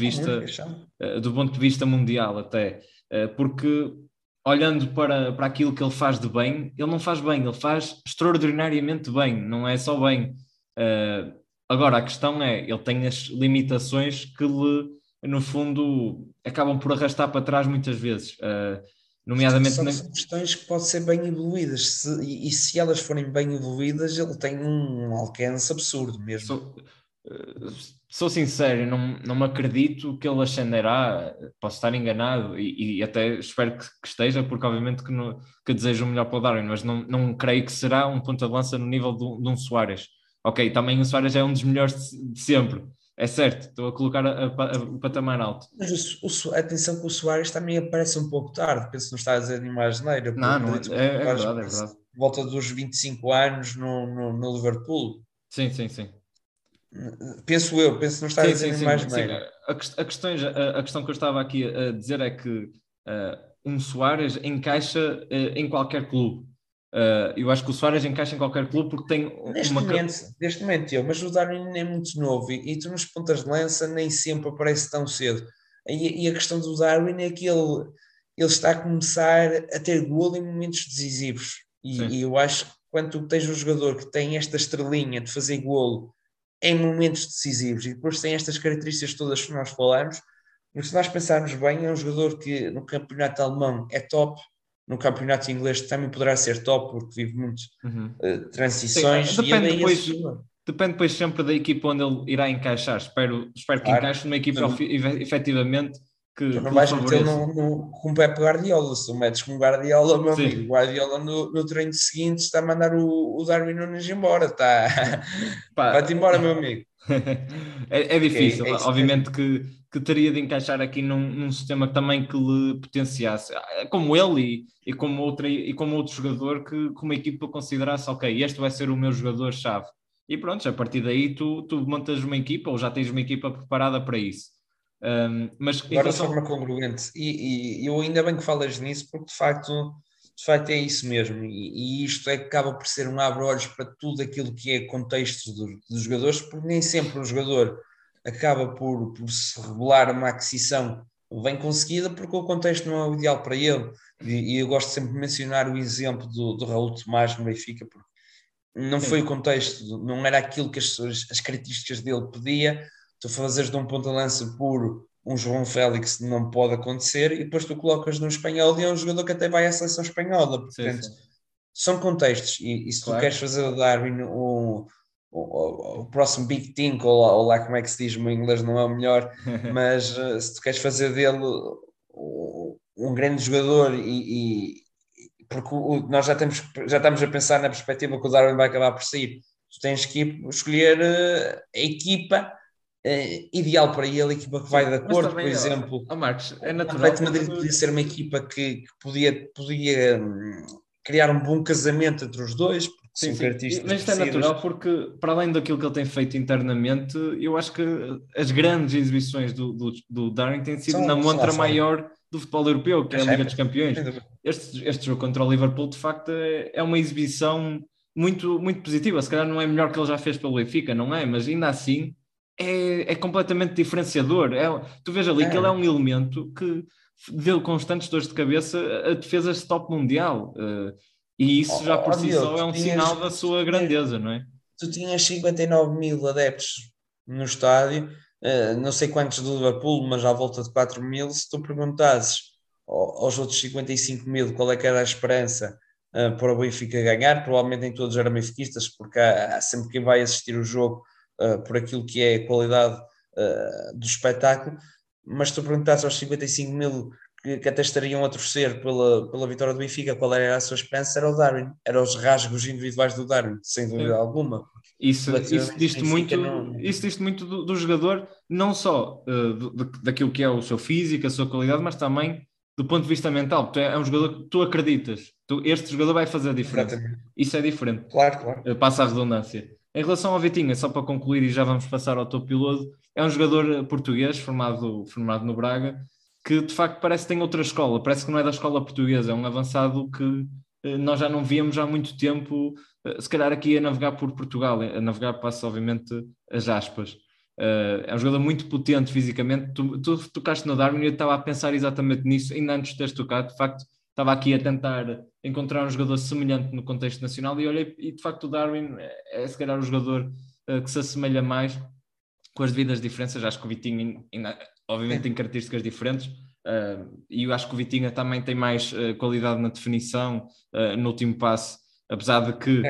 de vista mundial até, porque olhando para aquilo que ele faz de bem, ele não faz bem, ele faz extraordinariamente bem, não é só bem. Agora, a questão é, ele tem as limitações que lhe, no fundo, acabam por arrastar para trás muitas vezes. Nomeadamente... São questões que podem ser bem evoluídas, e se elas forem bem evoluídas, ele tem um alcance absurdo mesmo. Sou sincero, não me acredito que ele ascenderá, posso estar enganado, e até espero que esteja, porque obviamente que desejo o melhor para o Darwin, mas não creio que será um ponta de lança no nível de um Suárez. Ok, também o Suárez é um dos melhores de sempre, é certo, estou a colocar o patamar alto. Mas atenção que o Suárez também aparece um pouco tarde, penso que não está a dizer nenhuma asneira. Não, é verdade. Volta dos 25 anos no Liverpool. Sim. Penso que não está a dizer nenhuma asneira. A questão que eu estava aqui a dizer é que um Suárez encaixa em qualquer clube. Eu acho que o Suárez encaixa em qualquer clube porque tem neste momento, mas o Darwin é muito novo e tu nos pontas de lança nem sempre aparece tão cedo, e a questão do Darwin é que ele está a começar a ter golo em momentos decisivos, e eu acho que quando tu tens um jogador que tem esta estrelinha de fazer golo em momentos decisivos e depois tem estas características todas que nós falamos, mas se nós pensarmos bem, é um jogador que no campeonato alemão é top, no campeonato inglês também poderá ser top, porque vive muito transições. Sim, depende depois sempre da equipa onde ele irá encaixar. Espero que encaixe numa equipa efetivamente que não vais meter com o Pep Guardiola. Se tu metes com o Guardiola, meu amigo, o Guardiola no treino seguinte está a mandar o Darwin Núñez embora, tá? Vai-te embora, meu amigo. É difícil, obviamente que teria de encaixar aqui num sistema também que lhe potenciasse, como ele e como outro jogador que uma equipa considerasse, ok, este vai ser o meu jogador-chave. E pronto, a partir daí tu montas uma equipa, ou já tens uma equipa preparada para isso. Mas em Agora de relação... forma congruente, e eu ainda bem que falas nisso, porque de facto é isso mesmo, e isto é que acaba por ser um abre-olhos para tudo aquilo que é contexto dos jogadores, porque nem sempre o jogador acaba por se revelar uma aquisição bem conseguida, porque o contexto não é o ideal para ele, e eu gosto sempre de mencionar o exemplo do Raul Tomás no Benfica, porque não foi o contexto, não era aquilo que as características dele pedia. Tu fazes de um ponta-lança por um João Félix não pode acontecer, e depois tu colocas no espanhol e é um jogador que até vai à seleção espanhola, portanto Sim. são contextos, e se tu queres fazer o Darwin o próximo Big Think, ou lá como é que se diz, o meu inglês não é o melhor, mas se tu queres fazer dele um grande jogador, porque nós já estamos a pensar na perspectiva que o Darwin vai acabar por sair, tu tens que escolher a equipa ideal para ele, a equipa que vai de acordo. Também, por exemplo, Marcos, é natural. O Atlético Madrid podia ser uma equipa que podia criar um bom casamento entre os dois. Sim. Mas isto é natural, porque para além daquilo que ele tem feito internamente, eu acho que as grandes exibições do Darwin têm sido na montra maior do futebol europeu, que é a Liga dos Campeões. Este jogo contra o Liverpool, de facto, é uma exibição muito, muito positiva. Se calhar não é melhor que ele já fez pelo Benfica, não é? Mas ainda assim é completamente diferenciador. Tu vês ali que ele é um elemento que deu constantes dores de cabeça a defesas de top mundial. E isso já por si só é um sinal da sua grandeza, não é? Tu tinhas 59 mil adeptos no estádio, não sei quantos do Liverpool, mas à volta de 4 mil. Se tu perguntasses aos outros 55 mil qual é que era a esperança para o Benfica ganhar, provavelmente nem todos eram benfiquistas, porque há sempre quem vai assistir o jogo por aquilo que é a qualidade do espetáculo. Mas se tu perguntasses aos 55 mil que até estariam a torcer pela vitória do Benfica, qual era a sua esperança, era o Darwin, eram os rasgos individuais do Darwin, sem dúvida alguma. Isso diz-te muito do jogador, não só daquilo que é o seu físico, a sua qualidade, mas também do ponto de vista mental. É um jogador que tu acreditas, este jogador vai fazer a diferença. Exatamente. Isso é diferente. Claro. Passa a redundância. Em relação ao Vitinha, só para concluir e já vamos passar ao teu piloto, é um jogador português formado no Braga, que de facto parece que tem outra escola, parece que não é da escola portuguesa, é um avançado que nós já não víamos há muito tempo, se calhar aqui a navegar por Portugal, a navegar passa obviamente as aspas. É um jogador muito potente fisicamente. Tu tocaste no Darwin e eu estava a pensar exatamente nisso, ainda antes de teres tocado. De facto, estava aqui a tentar encontrar um jogador semelhante no contexto nacional e olhei, e de facto o Darwin é se calhar o jogador que se assemelha mais, com as devidas diferenças. Acho que o Vitinha obviamente tem características diferentes, e eu acho que o Vitinha também tem mais qualidade na definição, no último passe, apesar de que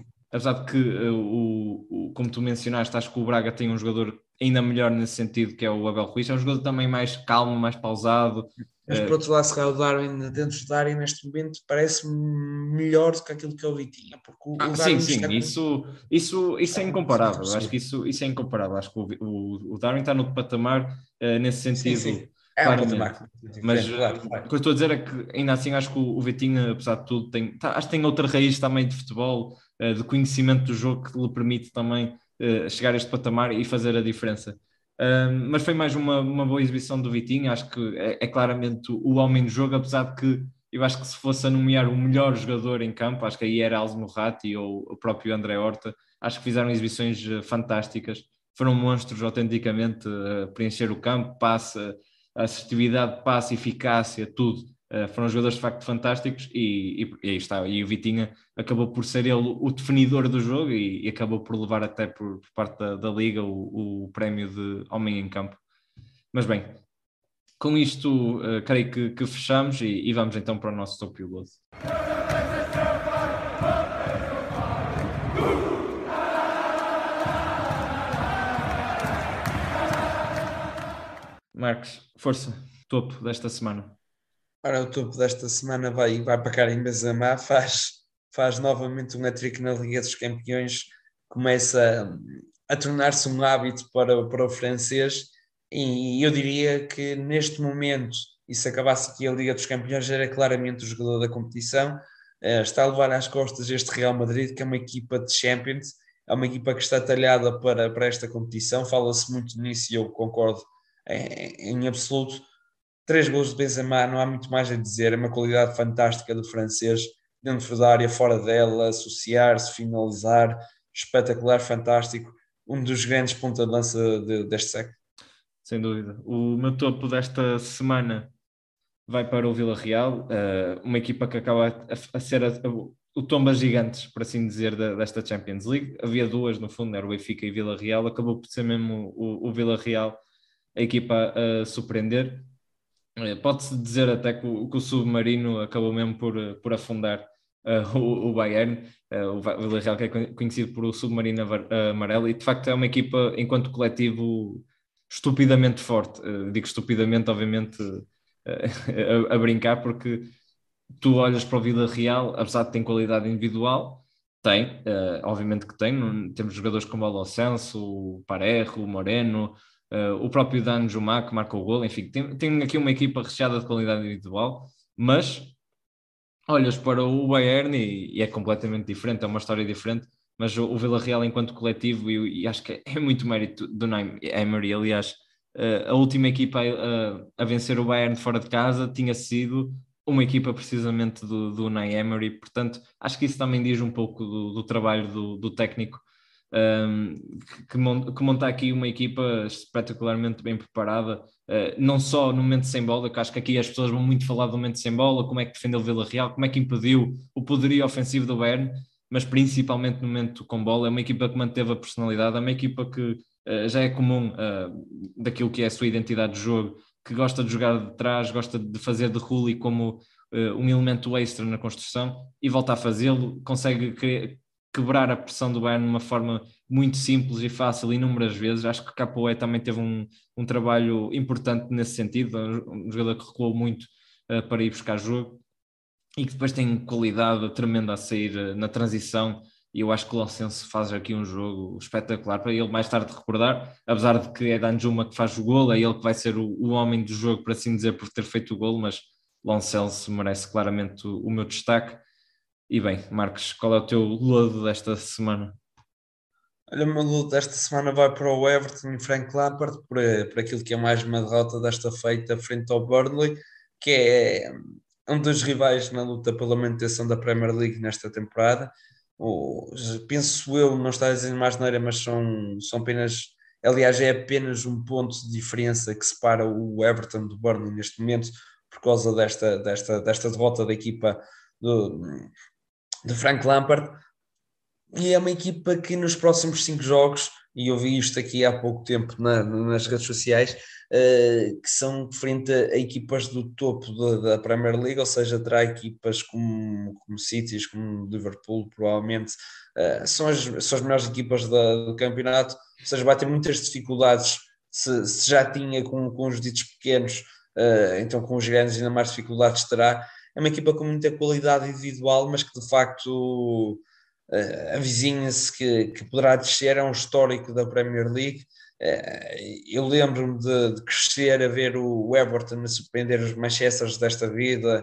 como tu mencionaste, acho que o Braga tem um jogador ainda melhor nesse sentido, que é o Abel Ruiz. É um jogador também mais calmo, mais pausado. Mas por outro lado, se calhar o Darwin, dentro do Darwin neste momento, parece melhor do que aquilo que eu Vitinha, porque o Darwin isso é incomparável. Eu acho que isso é incomparável. Acho que o Darwin está no patamar nesse sentido. Sim. É um patamar. Mas o que eu estou a dizer é que ainda assim acho que o Vitinha, apesar de tudo, acho que tem outra raiz também de futebol, de conhecimento do jogo, que lhe permite também chegar a este patamar e fazer a diferença. Mas foi mais uma boa exibição do Vitinha. Acho que é claramente o homem do jogo, apesar de que eu acho que se fosse a nomear o melhor jogador em campo, acho que aí era Alzo Moratti ou o próprio André Horta. Acho que fizeram exibições fantásticas, foram monstros autenticamente a preencher o campo, passe, assertividade, passe, eficácia, tudo. Foram jogadores de facto fantásticos e aí está. E o Vitinha acabou por ser ele o definidor do jogo e acabou por levar até por parte da Liga o prémio de homem em campo. Mas bem, com isto creio que fechamos e vamos então para o nosso top piloto. Marcos, força, topo desta semana. Ora, o topo desta semana vai para Karim Benzema, faz novamente um hat-trick na Liga dos Campeões, começa a tornar-se um hábito para o francês, e eu diria que neste momento, e se acabasse aqui a Liga dos Campeões, era claramente o jogador da competição. Está a levar às costas este Real Madrid, que é uma equipa de Champions, é uma equipa que está talhada para esta competição. Fala-se muito nisso e eu concordo em absoluto. 3 gols de Benzema, não há muito mais a dizer, é uma qualidade fantástica do francês, dentro da área, fora dela, associar-se, finalizar, espetacular, fantástico, um dos grandes ponta de lança deste século. Sem dúvida. O meu topo desta semana vai para o Villarreal, uma equipa que acaba a ser o tomba gigantes, por assim dizer, desta Champions League. Havia duas, no fundo, era o Benfica e Villarreal, acabou por ser mesmo o Villarreal a equipa a surpreender. Pode-se dizer até que o Submarino acabou mesmo por afundar o Bayern, o Villarreal, que é conhecido por o Submarino Amarelo, e de facto é uma equipa, enquanto coletivo, estupidamente forte. Digo estupidamente, obviamente, a brincar, porque tu olhas para o Villarreal, apesar de ter qualidade individual, tem, obviamente que tem, temos jogadores como o Lo Celso, o Parejo, o Moreno, o próprio Dan Jumá, que marca o gol, enfim, tem aqui uma equipa recheada de qualidade individual, mas olhas para o Bayern e é completamente diferente, é uma história diferente, mas o Villarreal enquanto coletivo, e acho que é muito mérito do Emery, aliás, a última equipa a vencer o Bayern fora de casa tinha sido uma equipa precisamente do Unai Emery, portanto acho que isso também diz um pouco do trabalho do técnico, que monta aqui uma equipa espetacularmente bem preparada, não só no momento sem bola, que acho que aqui as pessoas vão muito falar do momento sem bola, como é que defendeu o Villarreal, como é que impediu o poderio ofensivo do Bayern, mas principalmente no momento com bola. É uma equipa que manteve a personalidade, é uma equipa que já é comum daquilo que é a sua identidade de jogo, que gosta de jogar de trás, gosta de fazer de Rulli como um elemento extra na construção e volta a fazê-lo, consegue quebrar a pressão do Bayern de uma forma muito simples e fácil inúmeras vezes. Acho que o Capoue também teve um trabalho importante nesse sentido, um jogador que recuou muito para ir buscar jogo e que depois tem qualidade tremenda a sair na transição, e eu acho que o Lo Celso faz aqui um jogo espetacular para ele mais tarde recordar, apesar de que é Danjuma que faz o golo, é ele que vai ser o homem do jogo, por assim dizer, por ter feito o golo, mas Lo Celso merece claramente o meu destaque. E bem, Marcos, qual é o teu lodo desta semana? Olha, o meu lodo desta semana vai para o Everton e Frank Lampard, por aquilo que é mais uma derrota desta feita frente ao Burnley, que é um dos rivais na luta pela manutenção da Premier League nesta temporada. Penso eu, não está a dizer mais nada, mas são apenas, aliás, é apenas um ponto de diferença que separa o Everton do Burnley neste momento, por causa desta derrota da equipa de Frank Lampard. E é uma equipa que nos próximos 5 jogos, e eu vi isto aqui há pouco tempo nas redes sociais, que são frente a equipas do topo da Premier League, ou seja, terá equipas como City, como Liverpool, provavelmente, são as melhores equipas do campeonato, ou seja, vai ter muitas dificuldades, se já tinha com os ditos pequenos, então com os grandes ainda mais dificuldades terá. É uma equipa com muita qualidade individual, mas que de facto avizinha-se que poderá descer. É um histórico da Premier League. Eu lembro-me de crescer a ver o Everton a surpreender os Manchesters desta vida,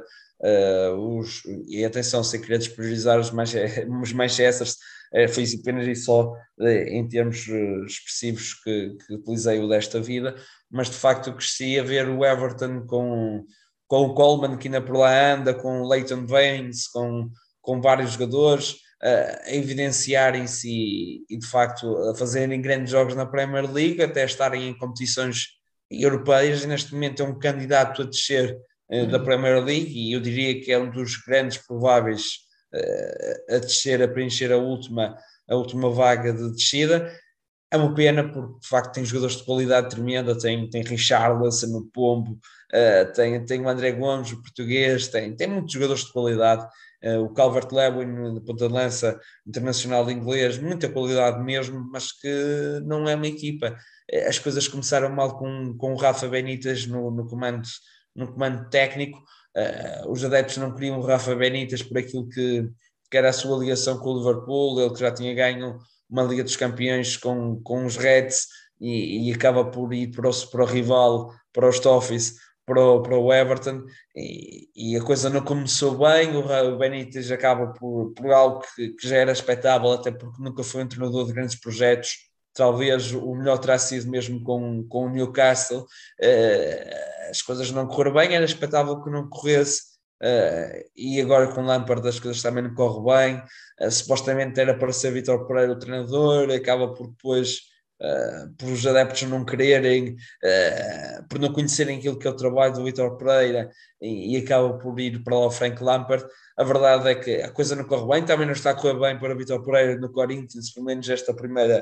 e atenção, sem querer despriorizar os Manchesters, foi apenas e só em termos expressivos que utilizei o desta vida, mas de facto eu cresci a ver o Everton com o Coleman, que ainda por lá anda, com o Leighton Baines, com vários jogadores a evidenciarem-se e de facto a fazerem grandes jogos na Premier League, até estarem em competições europeias, e neste momento é um candidato a descer da Premier League, e eu diria que é um dos grandes prováveis a descer, a preencher a última vaga de descida. É uma pena porque de facto tem jogadores de qualidade tremenda, tem Richarlison no Pombo, tem o André Gomes, o português, tem muitos jogadores de qualidade, o Calvert-Lewin, de ponta de lança internacional de inglês, muita qualidade mesmo, mas que não é uma equipa. As coisas começaram mal com o Rafa Benítez no comando técnico. Os adeptos não queriam o Rafa Benítez por aquilo que era a sua ligação com o Liverpool, ele que já tinha ganho uma Liga dos Campeões com os Reds, e acaba por ir para o rival, para os Toffees, para o Everton, e a coisa não começou bem. O Benítez acaba por algo que já era expectável, até porque nunca foi um treinador de grandes projetos, talvez o melhor terá sido mesmo com o Newcastle. As coisas não correram bem, era expectável que não corresse, e agora com Lampard as coisas também não correm bem. Supostamente era para ser Vítor Pereira o treinador, acaba por depois, por os adeptos não quererem, por não conhecerem aquilo que é o trabalho do Vítor Pereira, e acaba por ir para lá o Frank Lampard. A verdade é que a coisa não corre bem, também não está a correr bem para Vítor Pereira no Corinthians, pelo menos este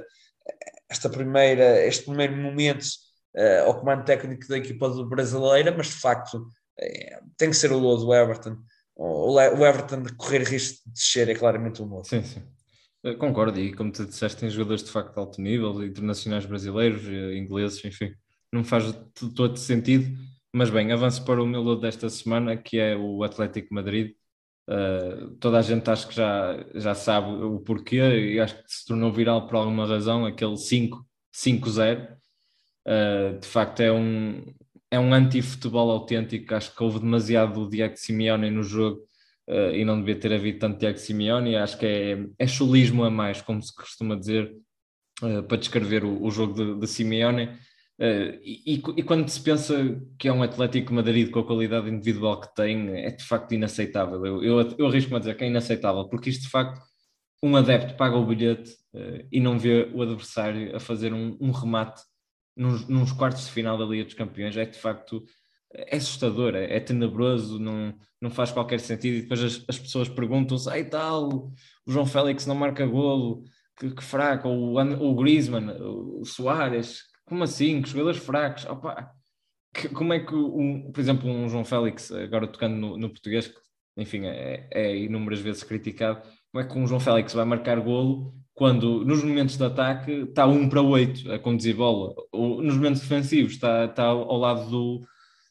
primeiro momento ao comando técnico da equipa brasileira, mas de facto tem que ser o low do Everton. O Everton de correr risco de descer é claramente o novo. Sim. Concordo, e como tu disseste, tem jogadores de facto de alto nível, internacionais brasileiros, ingleses, enfim, não faz todo sentido. Mas bem, avanço para o meu load desta semana, que é o Atlético Madrid. Toda a gente acho que já sabe o porquê, e acho que se tornou viral por alguma razão, aquele 5-0. De facto é um anti-futebol autêntico. Acho que houve demasiado Diego Simeone no jogo, e não devia ter havido tanto Diego Simeone. Acho que é chulismo a mais, como se costuma dizer, para descrever o jogo de Simeone. E quando se pensa que é um Atlético Madrid com a qualidade individual que tem, é de facto inaceitável. Eu arrisco-me a dizer que é inaceitável, porque isto de facto, um adepto paga o bilhete e não vê o adversário a fazer um remate nos quartos de final da Liga dos Campeões. É de facto assustador, é tenebroso, não faz qualquer sentido. E depois as pessoas perguntam-se: o João Félix não marca golo, que fraco, ou o Griezmann, o Suárez, como assim? Que jogadores fracos? Opa, como é que, por exemplo, um João Félix, agora tocando no português, que enfim é inúmeras vezes criticado, como é que um João Félix vai marcar golo quando nos momentos de ataque está 1-8 a conduzir bola, ou nos momentos defensivos está ao lado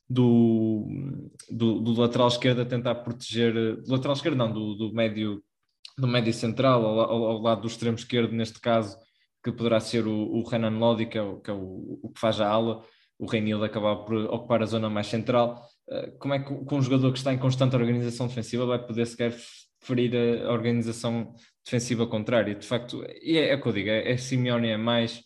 do lateral esquerdo a tentar proteger, do lateral esquerdo não, do médio central, ao lado do extremo esquerdo, neste caso, que poderá ser o Renan Lodi, que é o que faz a ala, o Reinildo acabar por ocupar a zona mais central. Como é que um jogador que está em constante organização defensiva vai poder sequer ferir a organização defensiva contrária? De facto, e é o que eu digo, é Simeone, é mais...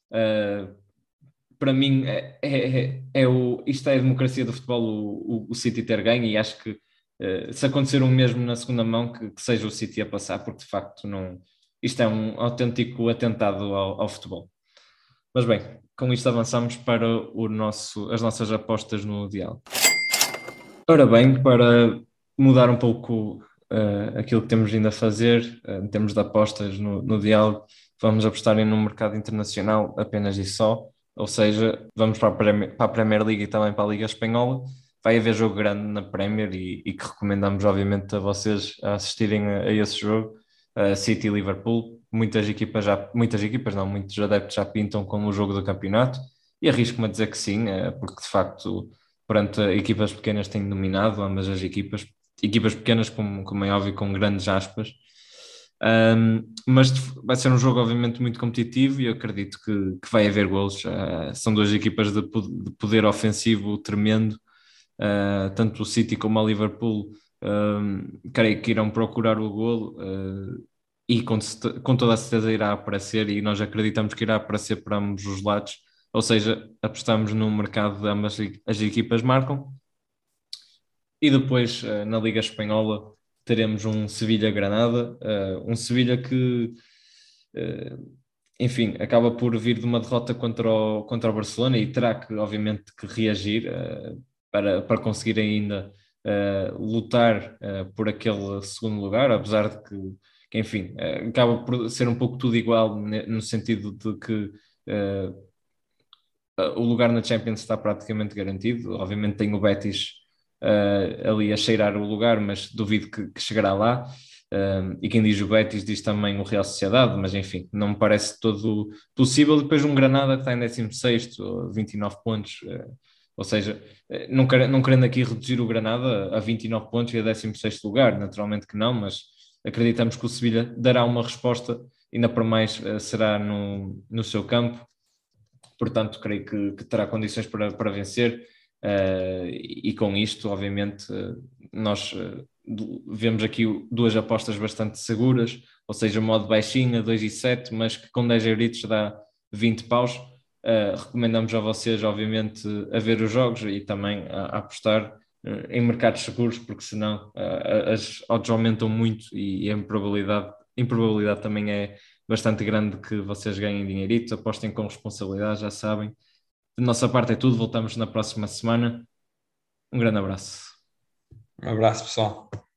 para mim, isto é a democracia do futebol, o City ter ganho, e acho que se acontecer o mesmo na segunda mão, que seja o City a passar, porque de facto isto é um autêntico atentado ao futebol. Mas bem, com isto avançamos para as nossas apostas no diálogo. Ora bem, para mudar um pouco aquilo que temos vindo a fazer, em termos de apostas no diálogo, vamos apostar no mercado internacional apenas e só, ou seja, vamos para a Premier League e também para a Liga Espanhola. Vai haver jogo grande na Premier e que recomendamos obviamente a vocês a assistirem a esse jogo. City e Liverpool, muitos adeptos já pintam como o jogo do campeonato, e arrisco-me a dizer que sim, porque de facto perante equipas pequenas tem dominado ambas as equipas pequenas, como é óbvio, com grandes aspas, mas vai ser um jogo obviamente muito competitivo, e eu acredito que vai haver golos. São duas equipas de poder ofensivo tremendo, tanto o City como o Liverpool. Creio que irão procurar o golo, e com toda a certeza irá aparecer, e nós acreditamos que irá aparecer para ambos os lados, ou seja, apostamos no mercado de ambas as equipas marcam. E depois na Liga Espanhola teremos um Sevilha-Granada, um Sevilha que enfim, acaba por vir de uma derrota contra o Barcelona, e terá que obviamente que reagir para conseguir ainda lutar por aquele segundo lugar, apesar de que enfim, acaba por ser um pouco tudo igual, no sentido de que o lugar na Champions está praticamente garantido. Obviamente tem o Betis ali a cheirar o lugar, mas duvido que chegará lá. E quem diz o Betis diz também o Real Sociedade, mas enfim, não me parece todo possível. Depois um Granada que está em 16º, 29 pontos, ou seja, não querendo aqui reduzir o Granada a 29 pontos e a 16º lugar, naturalmente que não, mas acreditamos que o Sevilha dará uma resposta, ainda para mais será no seu campo, portanto creio que terá condições para vencer, e com isto obviamente nós vemos aqui duas apostas bastante seguras, ou seja, modo baixinho a 2,7, mas que com 10 euritos 20 paus. Recomendamos a vocês, obviamente, a ver os jogos e também a apostar em mercados seguros, porque senão as odds aumentam muito e a improbabilidade também é bastante grande que vocês ganhem dinheiritos. Apostem com responsabilidade, já sabem. De nossa parte é tudo, voltamos na próxima semana. Um grande abraço. Um abraço, pessoal.